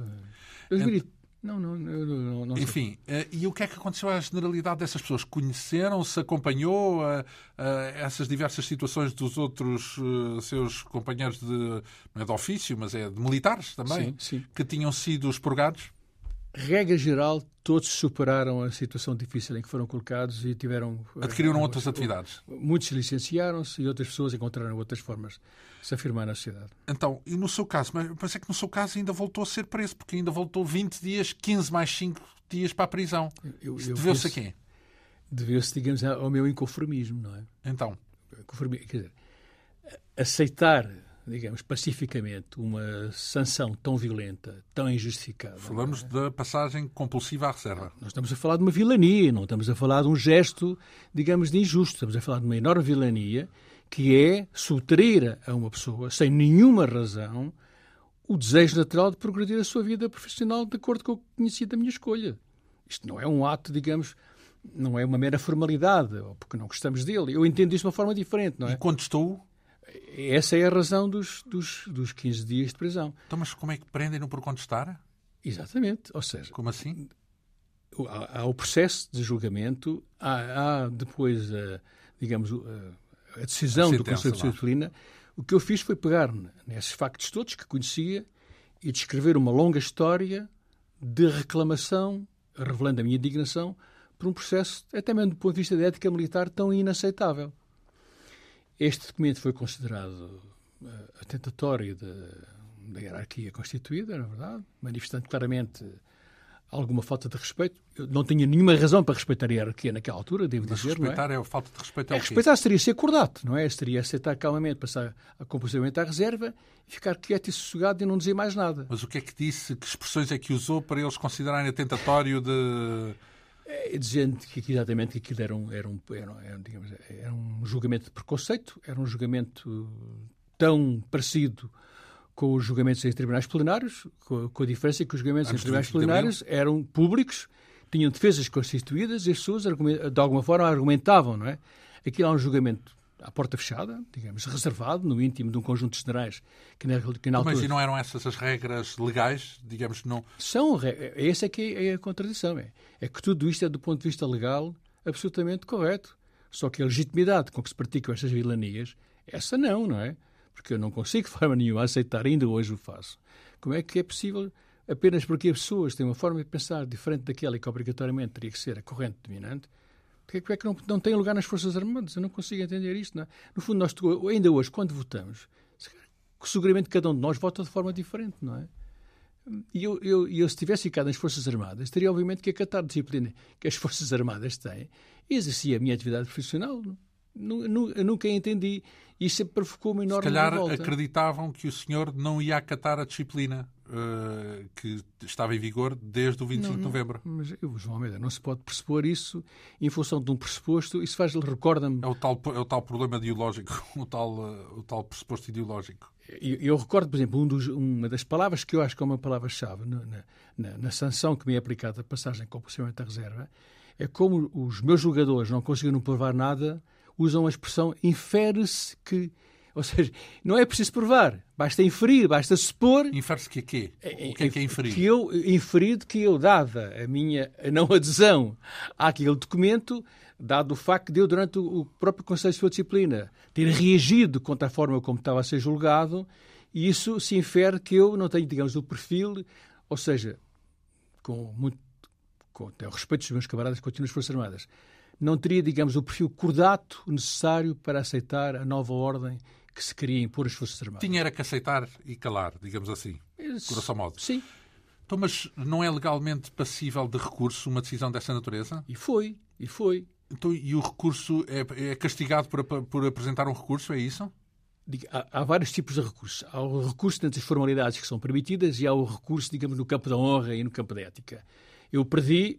[SPEAKER 2] Não sei.
[SPEAKER 1] Enfim, e o que é que aconteceu à generalidade dessas pessoas? Conheceram-se, acompanhou essas diversas situações dos outros seus companheiros não é de ofício, mas é de militares também,
[SPEAKER 2] sim.
[SPEAKER 1] que tinham sido expurgados?
[SPEAKER 2] Regra geral, todos superaram a situação difícil em que foram colocados e
[SPEAKER 1] adquiriram outras atividades.
[SPEAKER 2] Muitos licenciaram-se e outras pessoas encontraram outras formas de se afirmar na sociedade.
[SPEAKER 1] Então, e no seu caso? Mas é que no seu caso ainda voltou a ser preso, porque ainda voltou 20 dias, 15 mais 5 dias para a prisão. Deveu-se a quem?
[SPEAKER 2] Deveu-se, digamos, ao meu inconformismo, não é?
[SPEAKER 1] Então?
[SPEAKER 2] Quer dizer, aceitar, digamos, pacificamente uma sanção tão violenta, tão injustificada.
[SPEAKER 1] Falamos da passagem compulsiva à reserva.
[SPEAKER 2] Nós estamos a falar de uma vilania, não estamos a falar de um gesto, digamos, de injusto. Estamos a falar de uma enorme vilania que é subtrair a uma pessoa, sem nenhuma razão, o desejo natural de progredir a sua vida profissional de acordo com o conhecido da minha escolha. Isto não é um ato, digamos, não é uma mera formalidade, ou porque não gostamos dele. Eu entendo isso de uma forma diferente, não é?
[SPEAKER 1] E contestou?
[SPEAKER 2] Essa é a razão dos 15 dias de prisão.
[SPEAKER 1] Então, mas como é que prendem-no por contestar?
[SPEAKER 2] Exatamente. Ou seja...
[SPEAKER 1] Como assim?
[SPEAKER 2] Há o processo de julgamento, há depois, digamos, a decisão do Conselho de Disciplina. O que eu fiz foi pegar nesses factos todos que conhecia e descrever uma longa história de reclamação, revelando a minha indignação por um processo, até mesmo do ponto de vista da ética militar, tão inaceitável. Este documento foi considerado atentatório da hierarquia constituída, na verdade, manifestando claramente alguma falta de respeito. Eu não tinha nenhuma razão para respeitar a hierarquia naquela altura, devo dizer,
[SPEAKER 1] respeitar
[SPEAKER 2] não é?
[SPEAKER 1] É falta de respeito.
[SPEAKER 2] Respeitar seria ser cordato, não é? Seria aceitar calmamente, passar compulsivamente à reserva e ficar quieto e sossegado e não dizer mais nada.
[SPEAKER 1] Mas o que é que disse? Que expressões é que usou para eles considerarem atentatório de...
[SPEAKER 2] Dizendo que exatamente que aquilo era um julgamento de preconceito, era um julgamento tão parecido com os julgamentos em tribunais plenários, com a diferença que os julgamentos em tribunais plenários eram públicos, tinham defesas constituídas e as pessoas, de alguma forma, argumentavam, não é? Aquilo é um julgamento à porta fechada, digamos, reservado, no íntimo de um conjunto de generais que na altura...
[SPEAKER 1] Mas e não eram essas as regras legais, digamos, não...
[SPEAKER 2] Essa é que é a contradição. É que tudo isto é, do ponto de vista legal, absolutamente correto. Só que a legitimidade com que se praticam estas vilanias, essa não é? Porque eu não consigo, de forma nenhuma, aceitar, ainda hoje o faço. Como é que é possível, apenas porque as pessoas têm uma forma de pensar diferente daquela e que obrigatoriamente teria que ser a corrente dominante, porque é que não tem lugar nas Forças Armadas? Eu não consigo entender isto. Não é? No fundo, nós, ainda hoje, quando votamos, seguramente cada um de nós vota de forma diferente, não é? E eu se tivesse ficado nas Forças Armadas, teria obviamente que acatar a disciplina que as Forças Armadas têm e exercia a minha atividade profissional. Eu nunca entendi. E isso sempre provocou uma enorme revolta.
[SPEAKER 1] Se calhar acreditavam que o senhor não ia acatar a disciplina que estava em vigor desde o 25 de novembro.
[SPEAKER 2] Mas, João Almeida, não se pode pressupor isso em função de um pressuposto. Isso recorda-me...
[SPEAKER 1] É o tal problema ideológico, o tal pressuposto ideológico.
[SPEAKER 2] Eu recordo, por exemplo, uma das palavras que eu acho que é uma palavra-chave na sanção que me é aplicada a passagem compulsivamente à reserva, é como os meus julgadores não conseguiram provar nada, usam a expressão infere-se que... Ou seja, não é preciso provar, basta inferir, basta supor...
[SPEAKER 1] Infere-se que quê? O que é inferir?
[SPEAKER 2] Que eu inferido que eu, dada a minha não adesão àquele documento, dado o facto de eu, durante o próprio Conselho de Sua Disciplina, ter reagido contra a forma como estava a ser julgado, e isso se infere que eu não tenho, digamos, o perfil, ou seja, com o respeito dos meus camaradas que continuam nas Forças Armadas, não teria, digamos, o perfil cordato necessário para aceitar a nova ordem que se queria impor às Forças Armadas.
[SPEAKER 1] Tinha era que aceitar e calar, digamos assim, grosso modo.
[SPEAKER 2] Sim.
[SPEAKER 1] Então, mas não é legalmente passível de recurso uma decisão dessa natureza?
[SPEAKER 2] E foi.
[SPEAKER 1] Então, e o recurso é castigado por apresentar um recurso, é isso?
[SPEAKER 2] Há vários tipos de recursos. Há o recurso das formalidades que são permitidas e há o recurso, digamos, no campo da honra e no campo da ética. Eu perdi...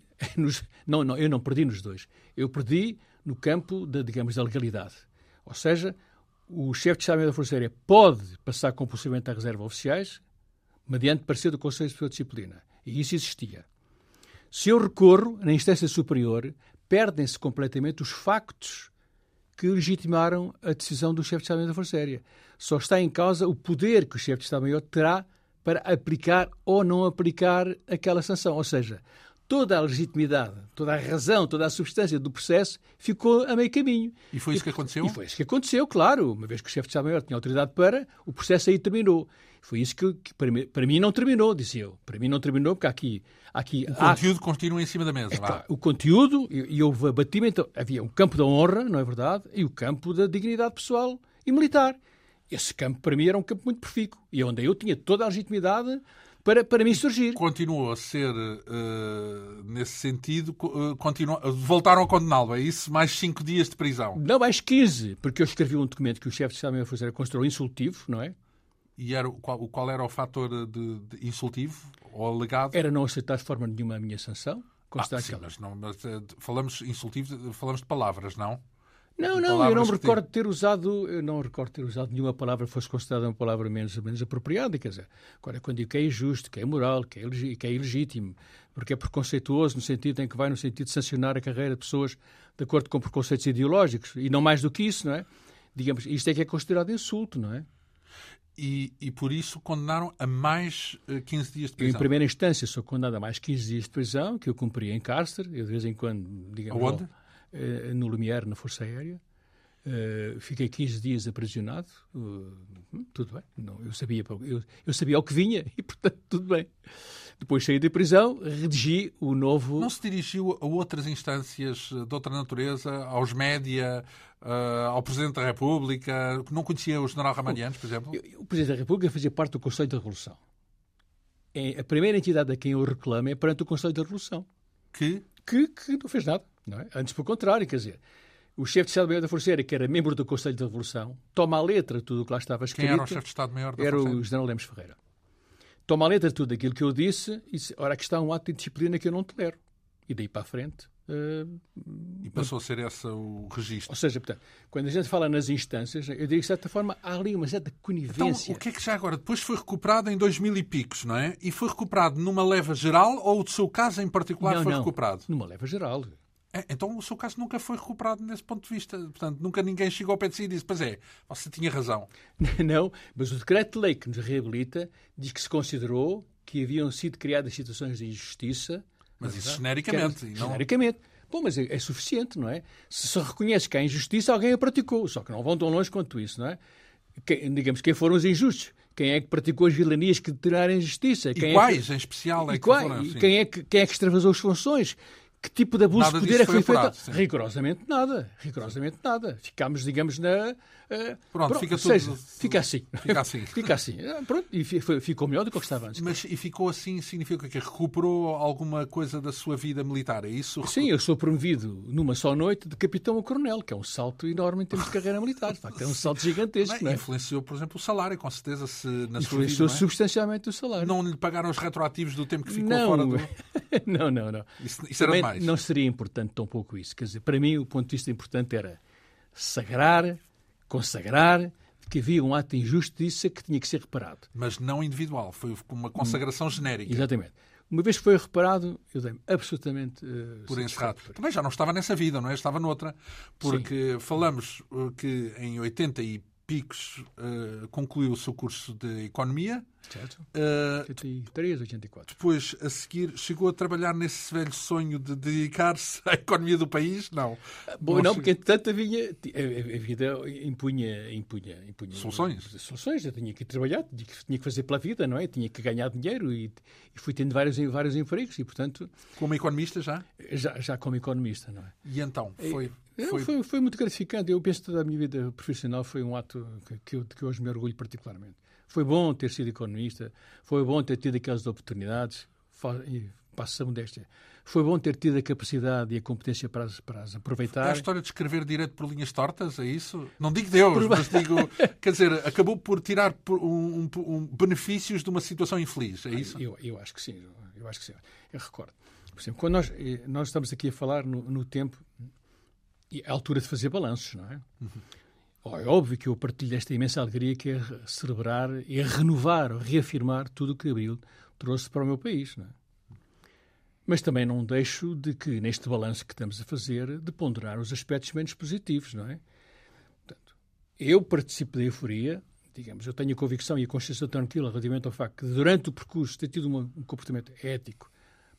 [SPEAKER 2] eu não perdi nos dois. Eu perdi no campo da legalidade. Ou seja, o chefe de Estado-Maior da Força Aérea pode passar compulsivamente à reserva oficiais mediante parecer do Conselho de Disciplina. E isso existia. Se eu recorro na instância superior, perdem-se completamente os factos que legitimaram a decisão do chefe de Estado-Maior da Força Aérea. Só está em causa o poder que o chefe de Estado-Maior terá para aplicar ou não aplicar aquela sanção. Ou seja, toda a legitimidade, toda a razão, toda a substância do processo ficou a meio caminho.
[SPEAKER 1] E foi isso que aconteceu?
[SPEAKER 2] E foi isso que aconteceu, claro. Uma vez que o chefe de Estado-Maior tinha autoridade para, o processo aí terminou. Foi isso que para mim não terminou, disse eu. Para mim não terminou porque
[SPEAKER 1] o conteúdo continua em cima da mesa.
[SPEAKER 2] Claro, o conteúdo, e houve abatimento, havia um campo da honra, não é verdade, e o campo da dignidade pessoal e militar. Esse campo, para mim, era um campo muito profícuo. E onde eu tinha toda a legitimidade para mim surgir.
[SPEAKER 1] Continuou a ser, nesse sentido, voltaram a condená-lo, é isso? Mais 5 dias de prisão?
[SPEAKER 2] Não, mais 15, porque eu escrevi um documento que o chefe de Estado-Maior da Força Aérea considerou insultivo, não é?
[SPEAKER 1] E qual era o fator de insultivo ou alegado?
[SPEAKER 2] Era não aceitar de forma nenhuma a minha sanção.
[SPEAKER 1] Sim, mas falamos insultivo, falamos de palavras, não?
[SPEAKER 2] Não, eu não me recordo ter usado nenhuma palavra que fosse considerada uma palavra menos apropriada. Quer dizer, agora, quando digo que é injusto, que é imoral, que é ilegítimo, porque é preconceituoso no sentido em que vai no sentido de sancionar a carreira de pessoas de acordo com preconceitos ideológicos, e não mais do que isso, não é? Digamos, isto é que é considerado insulto, não é?
[SPEAKER 1] E por isso condenaram a mais 15 dias de prisão?
[SPEAKER 2] Eu, em primeira instância, sou condenado a mais 15 dias de prisão, que eu cumpri em cárcere, eu de vez em quando, digamos...
[SPEAKER 1] Aonde?
[SPEAKER 2] No Lumière, na Força Aérea. Fiquei 15 dias aprisionado. Tudo bem. Não, eu sabia ao que vinha e, portanto, tudo bem. Depois saí da prisão, redigi o novo...
[SPEAKER 1] Não se dirigiu a outras instâncias de outra natureza, aos média, ao Presidente da República, que não conhecia o General Ramalhianos, por exemplo?
[SPEAKER 2] O Presidente da República fazia parte do Conselho da Revolução. A primeira entidade a quem eu reclamo é perante o Conselho da Revolução.
[SPEAKER 1] Que
[SPEAKER 2] não fez nada. Não é? Antes, pelo contrário, quer dizer, o chefe de Estado-Maior da Força Aérea, que era membro do Conselho da Revolução, toma a letra tudo o que lá estava escrito.
[SPEAKER 1] Quem era o chefe de Estado-Maior da Força Aérea?
[SPEAKER 2] Era o General Lemos Ferreira. Toma a letra tudo aquilo que eu disse e disse, ora, aqui está um ato de disciplina que eu não tolero. E daí para a frente...
[SPEAKER 1] E passou a ser esse o registro.
[SPEAKER 2] Ou seja, portanto, quando a gente fala nas instâncias, eu digo que, de certa forma, há ali uma certa conivência.
[SPEAKER 1] Então, o que é que já agora? Depois foi recuperado em 2000 e picos, não é? E foi recuperado numa leva geral ou o seu caso em particular foi recuperado?
[SPEAKER 2] Numa leva geral.
[SPEAKER 1] Então o seu caso nunca foi recuperado nesse ponto de vista. Portanto, nunca ninguém chegou ao pé de si e disse, pois é, você tinha razão.
[SPEAKER 2] Não, mas o decreto de lei que nos reabilita diz que se considerou que haviam sido criadas situações de injustiça.
[SPEAKER 1] Mas isso genericamente.
[SPEAKER 2] Genericamente. Bom, mas é suficiente, não é? Se se reconhece que há injustiça, alguém a praticou. Só que não vão tão longe quanto isso, não é? Digamos, quem foram os injustos? Quem é que praticou as vilanias que tiraram a injustiça?
[SPEAKER 1] E quais, em especial, é que foram assim?
[SPEAKER 2] Quem é que extravasou as funções? Que tipo de abuso de poder é que foi feito? Rigorosamente nada. Ficámos, digamos, na...
[SPEAKER 1] Pronto, fica tudo...
[SPEAKER 2] Fica assim. Fica assim. Pronto, e ficou melhor do que o que estava antes.
[SPEAKER 1] Mas e ficou assim, significa que recuperou alguma coisa da sua vida militar, é isso?
[SPEAKER 2] Sim, eu sou promovido numa só noite de capitão a coronel, que é um salto enorme em termos de carreira militar. De facto, é um salto gigantesco. Não é?
[SPEAKER 1] Influenciou, por exemplo, o salário, com certeza, se na sua vida...
[SPEAKER 2] Influenciou substancialmente o salário.
[SPEAKER 1] Não lhe pagaram os retroativos do tempo que ficou fora do...
[SPEAKER 2] Não.
[SPEAKER 1] Isso era demais.
[SPEAKER 2] Não seria importante tão pouco isso. Quer dizer, para mim, o ponto de vista importante era consagrar que havia um ato de injustiça que tinha que ser reparado.
[SPEAKER 1] Mas não individual, foi uma consagração genérica.
[SPEAKER 2] Exatamente. Uma vez que foi reparado, eu dei-me absolutamente
[SPEAKER 1] por encerrado. Também já não estava nessa vida, não é? Estava noutra. Porque falamos que em 80 e picos concluiu o seu curso de Economia.
[SPEAKER 2] Certo. 83, 84.
[SPEAKER 1] Depois, a seguir, chegou a trabalhar nesse velho sonho de dedicar-se à economia do país? Não.
[SPEAKER 2] Bom, não, porque entretanto a vida impunha soluções. Eu tinha que trabalhar, tinha que fazer pela vida, não é? Tinha que ganhar dinheiro e fui tendo vários empregos e, portanto...
[SPEAKER 1] Como economista já?
[SPEAKER 2] Já como economista, não é?
[SPEAKER 1] E então?
[SPEAKER 2] Foi muito gratificante. Eu penso que toda a minha vida profissional foi um ato que hoje me orgulho particularmente. Foi bom ter sido economista, foi bom ter tido aquelas oportunidades, e passo a modéstia. Foi bom ter tido a capacidade e a competência para as aproveitar.
[SPEAKER 1] É a história de escrever direito por linhas tortas, é isso? Não digo Deus, mas digo... Quer dizer, acabou por tirar benefícios de uma situação infeliz, é isso?
[SPEAKER 2] Eu acho que sim. Eu recordo. Por exemplo, quando nós estamos aqui a falar no tempo, e a altura de fazer balanços, não é? É óbvio que eu partilho esta imensa alegria que é celebrar e renovar, reafirmar tudo o que Abril trouxe para o meu país, não é? Mas também não deixo de que, neste balanço que estamos a fazer, de ponderar os aspectos menos positivos, não é? Portanto, eu participo da euforia, digamos, eu tenho a convicção e a consciência tranquila relativamente ao facto que, durante o percurso, ter tido um comportamento ético,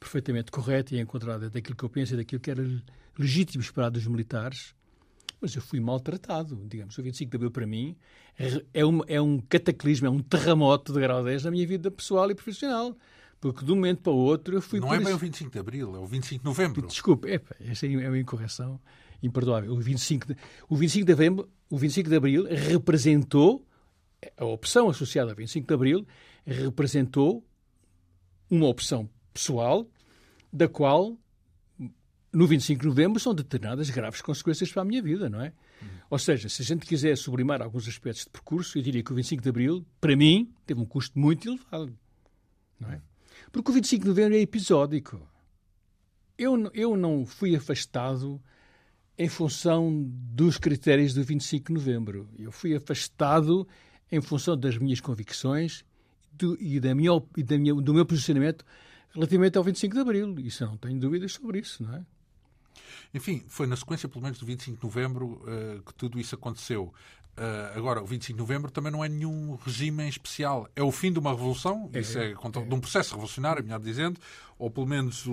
[SPEAKER 2] perfeitamente correta e enquadrada daquilo que eu penso e daquilo que era legítimo esperar dos militares, mas eu fui maltratado. Digamos, o 25 de Abril, para mim, é um cataclismo, é um terremoto de grau 10 na minha vida pessoal e profissional. Porque de um momento para o outro eu fui...
[SPEAKER 1] Não é bem o 25 de Abril, é o 25 de Novembro.
[SPEAKER 2] Desculpe, essa é uma incorreção imperdoável. O 25 de Abril representou, a opção associada ao 25 de Abril, representou uma opção pessoal da qual, no 25 de Novembro, são determinadas graves consequências para a minha vida, não é? Ou seja, se a gente quiser sublimar alguns aspectos de percurso, eu diria que o 25 de Abril, para mim, teve um custo muito elevado, não é? Porque o 25 de Novembro é episódico. Eu não fui afastado em função dos critérios do 25 de Novembro. Eu fui afastado em função das minhas convicções do meu posicionamento relativamente ao 25 de Abril. Isso eu não tenho dúvidas sobre isso, não é?
[SPEAKER 1] Enfim, foi na sequência, pelo menos, do 25 de Novembro que tudo isso aconteceu. Agora, o 25 de Novembro também não é nenhum regime especial. É o fim de uma revolução, isso é de um processo revolucionário, melhor dizendo, ou pelo menos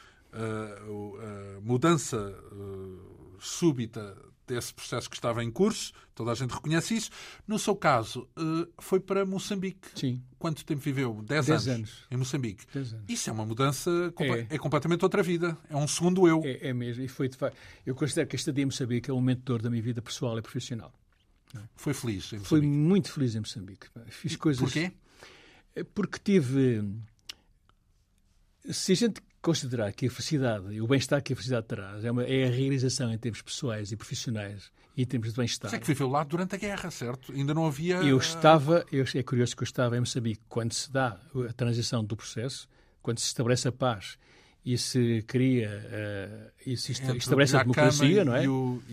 [SPEAKER 1] a mudança súbita desse processo que estava em curso. Toda a gente reconhece isso. No seu caso, foi para Moçambique.
[SPEAKER 2] Sim.
[SPEAKER 1] Quanto tempo viveu? 10 anos em Moçambique.
[SPEAKER 2] 10 anos.
[SPEAKER 1] Isso é uma mudança, é completamente outra vida. É um segundo eu.
[SPEAKER 2] É mesmo. E foi, de facto, eu considero que a estadia em Moçambique é um momento de dor da minha vida pessoal e profissional.
[SPEAKER 1] Foi feliz em Moçambique?
[SPEAKER 2] Foi muito feliz em Moçambique. Fiz coisas...
[SPEAKER 1] Porquê?
[SPEAKER 2] Porque tive... Se a gente considerar que a felicidade e o bem-estar que a felicidade traz é a realização em termos pessoais e profissionais e em termos de bem-estar...
[SPEAKER 1] Você é que viveu lá durante a guerra, certo? Ainda não havia...
[SPEAKER 2] É curioso que eu estava em Moçambique quando se dá a transição do processo, quando se estabelece a paz e se cria e se estabelece a democracia, não é?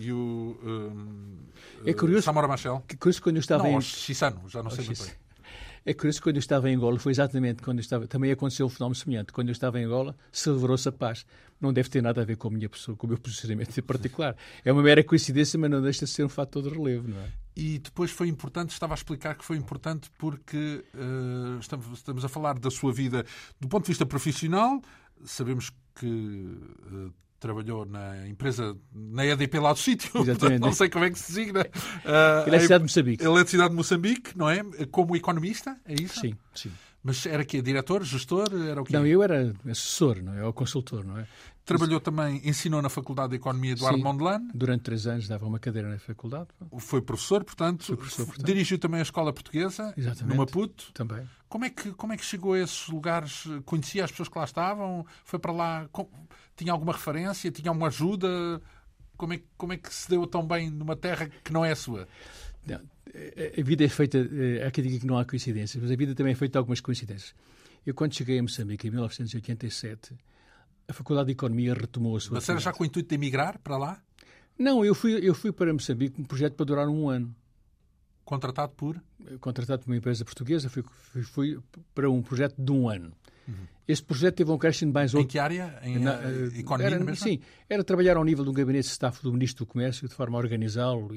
[SPEAKER 1] É curioso, Samora Machel.
[SPEAKER 2] Que curioso quando eu estava
[SPEAKER 1] em Chissano, já não sei muito bem.
[SPEAKER 2] É curioso que quando eu estava em Angola, foi exatamente quando eu estava... Também aconteceu um fenómeno semelhante. Quando eu estava em Angola, celebrou-se a paz. Não deve ter nada a ver com a minha pessoa, com o meu posicionamento em particular. É uma mera coincidência, mas não deixa de ser um fator de relevo, não é?
[SPEAKER 1] E depois foi importante, estava a explicar que foi importante porque estamos a falar da sua vida do ponto de vista profissional. Sabemos que trabalhou na empresa, na EDP lá do sítio, não sei como é que se designa.
[SPEAKER 2] Eletricidade de Moçambique.
[SPEAKER 1] Eletricidade de Moçambique, não é? Como economista, é isso?
[SPEAKER 2] Sim, sim.
[SPEAKER 1] Mas era que diretor, gestor, era o quê?
[SPEAKER 2] Não, eu era assessor, não é? Ou consultor, não é?
[SPEAKER 1] Trabalhou também, ensinou na Faculdade de Economia Eduardo Mondlane.
[SPEAKER 2] Durante 3 anos dava uma cadeira na faculdade.
[SPEAKER 1] Foi professor, portanto. Dirigiu também a Escola Portuguesa, no Maputo.
[SPEAKER 2] Também.
[SPEAKER 1] Como é que chegou a esses lugares? Conhecia as pessoas que lá estavam? Foi para lá? Tinha alguma referência? Tinha alguma ajuda? Como é que se deu tão bem numa terra que não é a sua?
[SPEAKER 2] Não, a vida é feita... Há quem diga que não há coincidências, mas a vida também é feita de algumas coincidências. Eu, quando cheguei a Moçambique, em 1987, a Faculdade de Economia retomou a sua...
[SPEAKER 1] Mas era já com o intuito de emigrar para lá?
[SPEAKER 2] Não, eu fui para Moçambique com um projeto para durar 1 ano.
[SPEAKER 1] Contratado por?
[SPEAKER 2] Contratado por uma empresa portuguesa, fui para um projeto de 1 ano. Este projeto teve um crescimento mais...
[SPEAKER 1] Em que área? Em economia mesmo?
[SPEAKER 2] Sim, era trabalhar ao nível de um gabinete de staff do Ministro do Comércio, de forma a organizá-lo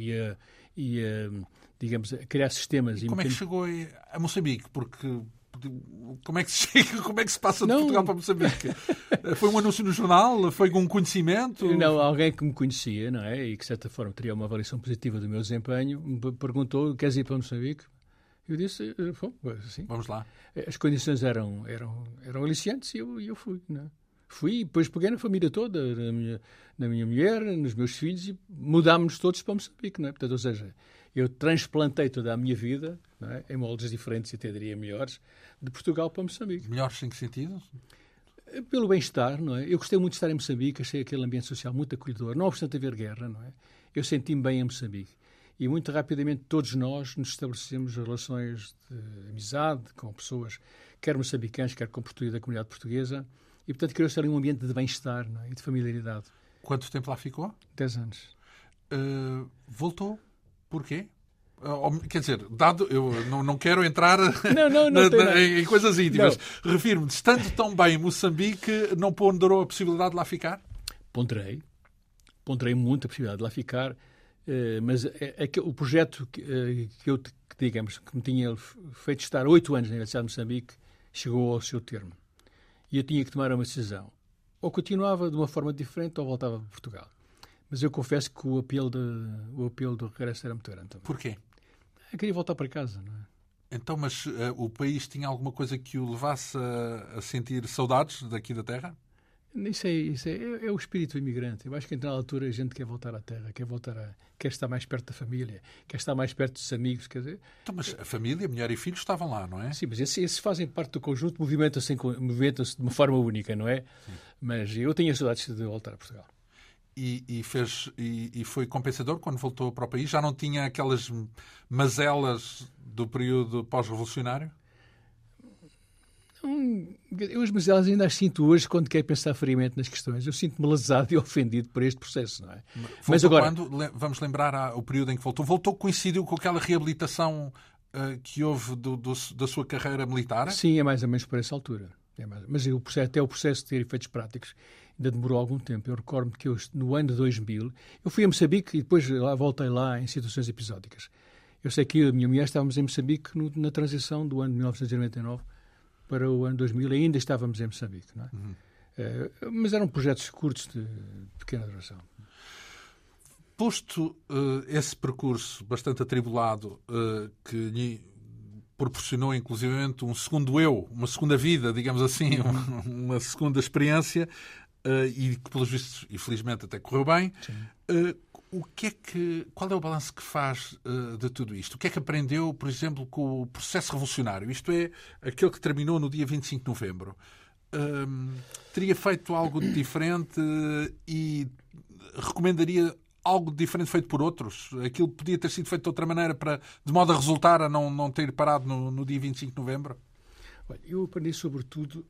[SPEAKER 2] e digamos, a criar sistemas...
[SPEAKER 1] E como é que chegou a Moçambique? Porque... Como é que se chega? Como é que se passa de Portugal para Moçambique? Foi um anúncio no jornal? Foi com um conhecimento?
[SPEAKER 2] Não, alguém que me conhecia, não é? E que, de certa forma, teria uma avaliação positiva do meu desempenho, me perguntou: queres ir para Moçambique? Eu disse: sim.
[SPEAKER 1] Vamos lá.
[SPEAKER 2] As condições eram aliciantes e eu fui, não é? Fui e depois peguei na família toda, na minha mulher, nos meus filhos e mudámos-nos todos para Moçambique, não é? Portanto, ou seja, eu transplantei toda a minha vida, não é? Em moldes diferentes e até diria melhores, de Portugal para Moçambique.
[SPEAKER 1] Melhores em que sentido?
[SPEAKER 2] Pelo bem-estar, não é? Eu gostei muito de estar em Moçambique, achei aquele ambiente social muito acolhedor, não obstante haver guerra, não é? Eu senti-me bem em Moçambique. E muito rapidamente todos nós nos estabelecemos relações de amizade com pessoas, quer moçambicanos, quer com da comunidade portuguesa, e portanto criou-se ali um ambiente de bem-estar, não é? E de familiaridade.
[SPEAKER 1] Quanto tempo lá ficou?
[SPEAKER 2] 10 anos.
[SPEAKER 1] Voltou? Porquê? Quer dizer, eu não quero entrar em coisas íntimas. Refiro-me, estando tão bem em Moçambique, não ponderou a possibilidade de lá ficar?
[SPEAKER 2] Ponderei muito a possibilidade de lá ficar, mas o projeto que me tinha feito estar 8 anos na Universidade de Moçambique chegou ao seu termo. e eu tinha que tomar uma decisão. Ou continuava de uma forma diferente ou voltava para Portugal. Mas eu confesso que o apelo do regresso era muito grande também.
[SPEAKER 1] Porquê?
[SPEAKER 2] Eu queria voltar para casa, não é?
[SPEAKER 1] Então, mas o país tinha alguma coisa que o levasse a sentir saudades daqui da terra?
[SPEAKER 2] Isso é o espírito imigrante. Eu acho que, na altura, a gente quer voltar à terra, quer estar mais perto da família, quer estar mais perto dos amigos. Quer dizer...
[SPEAKER 1] Então, mas a família, mulher e filhos estavam lá, não é?
[SPEAKER 2] Sim, mas esses fazem parte do conjunto, movimentam-se de uma forma única, não é? Sim. Mas eu tinha saudades de voltar a Portugal.
[SPEAKER 1] E foi compensador quando voltou para o país? Já não tinha aquelas mazelas do período pós-revolucionário?
[SPEAKER 2] Eu as mazelas ainda as sinto hoje quando quero pensar friamente nas questões. Eu sinto-me lesado e ofendido por este processo, não é?
[SPEAKER 1] Mas agora, quando? Vamos lembrar o período em que voltou. Voltou, coincidiu com aquela reabilitação que houve da sua carreira militar?
[SPEAKER 2] Sim, é mais ou menos por essa altura. Mas até o processo de ter efeitos práticos ainda demorou algum tempo. Eu recordo-me que no ano de 2000, eu fui a Moçambique e depois voltei lá em situações episódicas. Eu sei que eu e a minha mulher estávamos em Moçambique na transição do ano de 1999 para o ano 2000, ainda estávamos em Moçambique, não é? Uhum. Mas eram projetos curtos de pequena duração.
[SPEAKER 1] Posto esse percurso bastante atribulado que lhe proporcionou inclusivamente um segundo eu, uma segunda vida, digamos assim, uma segunda experiência, e que, pelos vistos, infelizmente até correu bem. Qual é o balanço que faz de tudo isto? O que é que aprendeu, por exemplo, com o processo revolucionário? Isto é, aquele que terminou no dia 25 de novembro. Teria feito algo diferente e recomendaria algo diferente feito por outros? Aquilo podia ter sido feito de outra maneira de modo a resultar a não ter parado no dia 25 de novembro?
[SPEAKER 2] Olha, eu aprendi, sobretudo,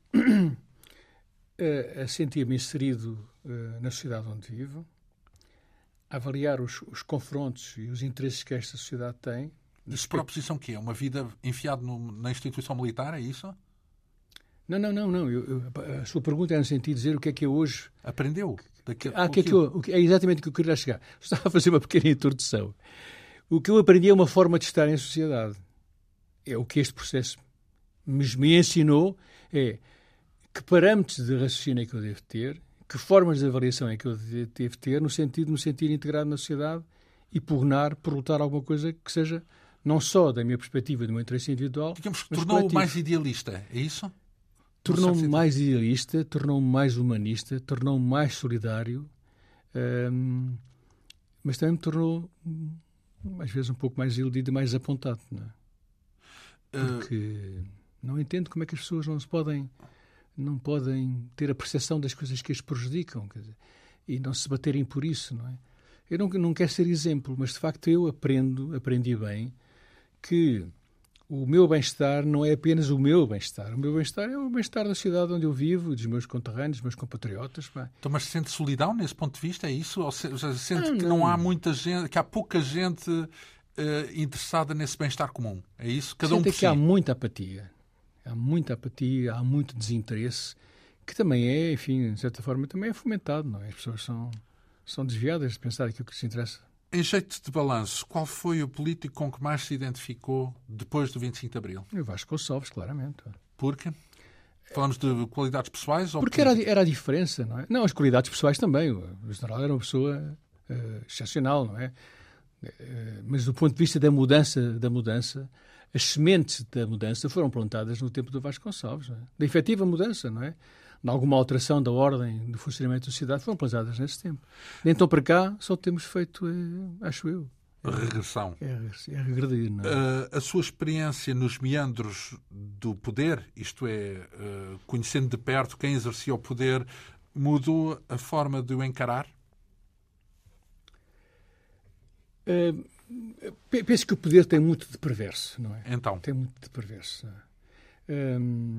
[SPEAKER 2] a sentir-me inserido na sociedade onde vivo, a avaliar os confrontos e os interesses que esta sociedade tem.
[SPEAKER 1] Isso por oposição que é? Uma vida enfiada na instituição militar, é isso?
[SPEAKER 2] Não. A sua pergunta é no sentido de dizer o que é que eu hoje...
[SPEAKER 1] Aprendeu?
[SPEAKER 2] É exatamente o que eu queria chegar. Estava a fazer uma pequena introdução. O que eu aprendi é uma forma de estar em sociedade. É o que este processo me ensinou, é que parâmetros de raciocínio é que eu devo ter, que formas de avaliação é que eu devo ter, no sentido de me sentir integrado na sociedade e pugnar por lutar alguma coisa que seja não só da minha perspectiva, do meu interesse individual,
[SPEAKER 1] digamos que tornou-o mais idealista, é isso?
[SPEAKER 2] Tornou-me mais idealista, tornou-me mais humanista, tornou-me mais solidário, mas também me tornou, às vezes, um pouco mais iludido e mais apontado, não é? Porque não entendo como é que as pessoas não podem ter a percepção das coisas que as prejudicam, quer dizer, e não se baterem por isso, não é? Eu não quero ser exemplo, mas de facto eu aprendi bem que o meu bem-estar não é apenas o meu bem-estar. O meu bem-estar é o bem-estar da cidade onde eu vivo, dos meus conterrâneos, dos meus compatriotas.
[SPEAKER 1] Então, mas sente solidão nesse ponto de vista? É isso? Ou sente que não há muita gente, que há pouca gente interessada nesse bem-estar comum? É isso? Cada um por si?
[SPEAKER 2] Que há muita apatia. Há muita apatia, há muito desinteresse, que também é, enfim, de certa forma, também é fomentado, não é? As pessoas são desviadas de pensar aquilo que lhes interessa.
[SPEAKER 1] Em jeito de balanço, qual foi o político com que mais se identificou depois do 25 de Abril?
[SPEAKER 2] O Vasco Gonçalves, claramente.
[SPEAKER 1] Por quê? Falamos de qualidades pessoais?
[SPEAKER 2] Porque era a diferença, não é? Não, as qualidades pessoais também. O general era uma pessoa excepcional, não é? Mas do ponto de vista da mudança, as sementes da mudança foram plantadas no tempo do Vasco Gonçalves, não é? Da efetiva mudança, não é? De alguma alteração da ordem do funcionamento da sociedade foram plantadas nesse tempo. De então para cá só temos feito, acho eu,
[SPEAKER 1] regressão.
[SPEAKER 2] É regredir, não é?
[SPEAKER 1] A sua experiência nos meandros do poder, isto é, conhecendo de perto quem exercia o poder, mudou a forma de o encarar?
[SPEAKER 2] Penso que o poder tem muito de perverso, não é?
[SPEAKER 1] Então.
[SPEAKER 2] Tem muito de perverso. Não é?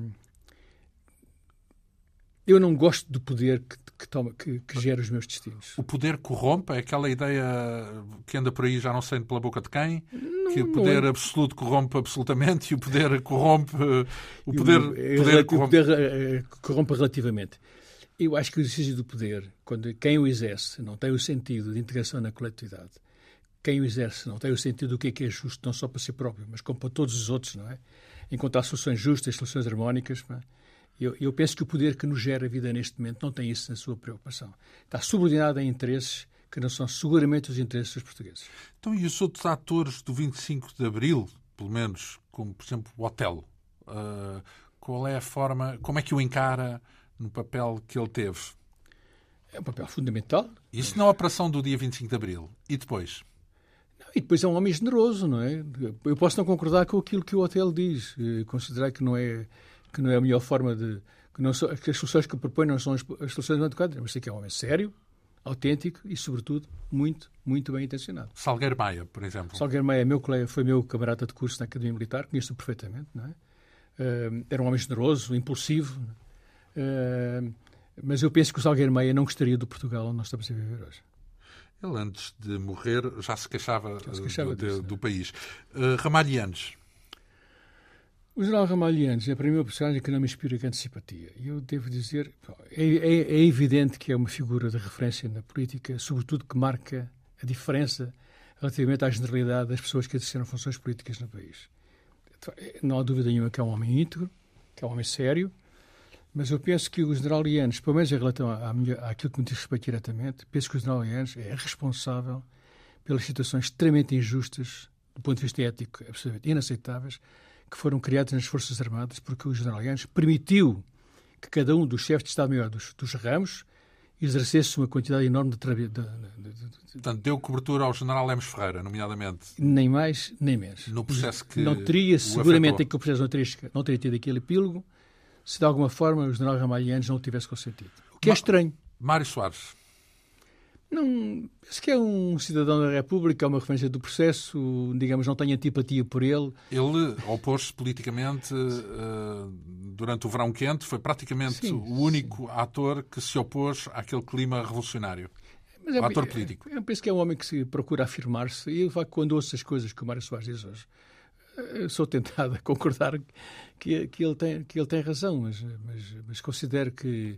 [SPEAKER 2] Eu não gosto do poder que gera os meus destinos.
[SPEAKER 1] O poder corrompe? É aquela ideia que anda por aí, já não sei pela boca de quem, que o poder absoluto corrompe absolutamente e o poder corrompe... O poder
[SPEAKER 2] corrompe relativamente. Eu acho que o exercício do poder, quando quem o exerce não tem o sentido de integração na coletividade, quem o exerce não tem o sentido do que é justo, não só para si próprio, mas como para todos os outros, não é? Encontrar soluções justas, soluções harmónicas, não é? Eu penso que o poder que nos gera a vida neste momento não tem isso na sua preocupação. Está subordinado a interesses que não são seguramente os interesses dos portugueses.
[SPEAKER 1] Então, e os outros atores do 25 de Abril, pelo menos, como, por exemplo, o Otelo, qual é a forma, como é que o encara no papel que ele teve?
[SPEAKER 2] É um papel fundamental.
[SPEAKER 1] Isso na operação do dia 25 de Abril. E depois?
[SPEAKER 2] E depois é um homem generoso, não é? Eu posso não concordar com aquilo que o Otelo diz, considerar que não é a melhor forma de... que as soluções que propõe não são as soluções adequadas, mas sei que é um homem sério, autêntico e, sobretudo, muito, muito bem intencionado.
[SPEAKER 1] Salgueiro Maia, por exemplo.
[SPEAKER 2] Salgueiro Maia foi meu camarada de curso na Academia Militar, conheço-o perfeitamente, não é? Era um homem generoso, impulsivo, mas eu penso que o Salgueiro Maia não gostaria do Portugal onde nós estamos a viver hoje.
[SPEAKER 1] Ele, antes de morrer, já se queixava do país. Ramalhianes.
[SPEAKER 2] O general Ramalhianes é para mim uma personagem que não me inspira grande simpatia. E eu devo dizer, é evidente que é uma figura de referência na política, sobretudo que marca a diferença relativamente à generalidade das pessoas que exerceram funções políticas no país. Não há dúvida nenhuma que é um homem íntegro, que é um homem sério, mas eu penso que o general Lianes, pelo menos em relação àquilo que me diz respeito diretamente, penso que o general Lianes é responsável pelas situações extremamente injustas, do ponto de vista ético, absolutamente inaceitáveis, que foram criadas nas Forças Armadas, porque o general Lianes permitiu que cada um dos chefes de Estado-Maior dos ramos exercesse uma quantidade enorme de trabalho.
[SPEAKER 1] Portanto, deu cobertura ao general Lemos Ferreira, nomeadamente.
[SPEAKER 2] Nem mais, nem menos.
[SPEAKER 1] No processo que
[SPEAKER 2] não teria, seguramente, aquele processo não teria tido aquele epílogo se, de alguma forma, o general Ramalhianes não o tivesse consentido. O que é estranho.
[SPEAKER 1] Mário Soares.
[SPEAKER 2] Não, penso que é um cidadão da República, é uma referência do processo, digamos, não tenho antipatia por ele.
[SPEAKER 1] Ele opôs-se politicamente durante o verão quente, foi praticamente o único ator que se opôs àquele clima revolucionário. Mas ator político.
[SPEAKER 2] Eu penso que é um homem que se procura afirmar-se e quando ouço as coisas que o Mário Soares diz hoje, eu sou tentado a concordar que ele tem razão, mas considero que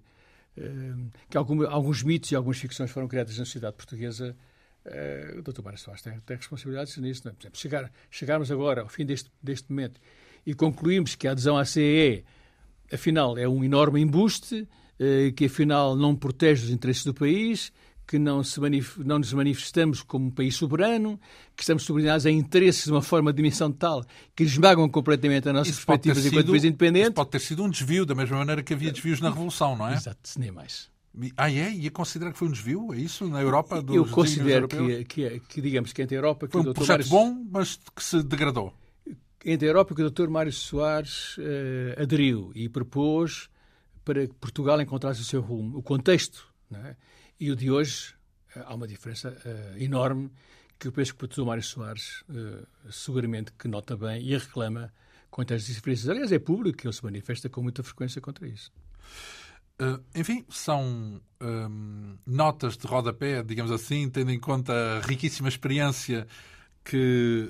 [SPEAKER 2] alguns mitos e algumas ficções foram criadas na sociedade portuguesa. O Dr. Mário Soares tem responsabilidades nisso. Não é? Por exemplo, chegarmos agora ao fim deste momento e concluímos que a adesão à CEE, afinal, é um enorme embuste, que afinal não protege os interesses do país, que não nos manifestamos como um país soberano, que estamos subordinados a interesses de uma forma de dimensão tal que esmagam completamente as nossas perspectivas enquanto país independente.
[SPEAKER 1] Isso pode ter sido um desvio, da mesma maneira que havia desvios na Revolução, não é?
[SPEAKER 2] Exato, nem mais.
[SPEAKER 1] E a considerar que foi um desvio? É isso? Na Europa?
[SPEAKER 2] Eu considero que digamos que entre a Europa...
[SPEAKER 1] Foi um projeto bom, mas que se degradou.
[SPEAKER 2] Entre a Europa que o Dr. Mário Soares aderiu e propôs para que Portugal encontrasse o seu rumo. O contexto, não é? E o de hoje, há uma diferença enorme que eu penso que o Dr. Mário Soares seguramente que nota bem e reclama contra as diferenças. Aliás, é público que ele se manifesta com muita frequência contra isso.
[SPEAKER 1] Enfim, são notas de rodapé, digamos assim, tendo em conta a riquíssima experiência que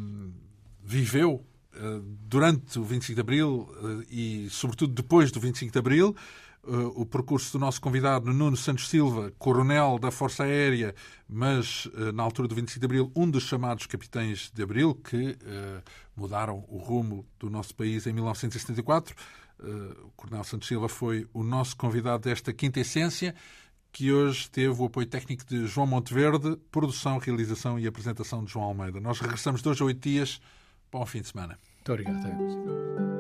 [SPEAKER 1] viveu durante o 25 de Abril e, sobretudo, depois do 25 de Abril. O percurso do nosso convidado, Nuno Santos Silva, coronel da Força Aérea, mas, na altura do 25 de Abril, um dos chamados capitães de Abril, que mudaram o rumo do nosso país em 1974. O coronel Santos Silva foi o nosso convidado desta quinta essência, que hoje teve o apoio técnico de João Monteverde, produção, realização e apresentação de João Almeida. Nós regressamos de hoje a 8 dias. Bom fim de semana.
[SPEAKER 2] Muito obrigado.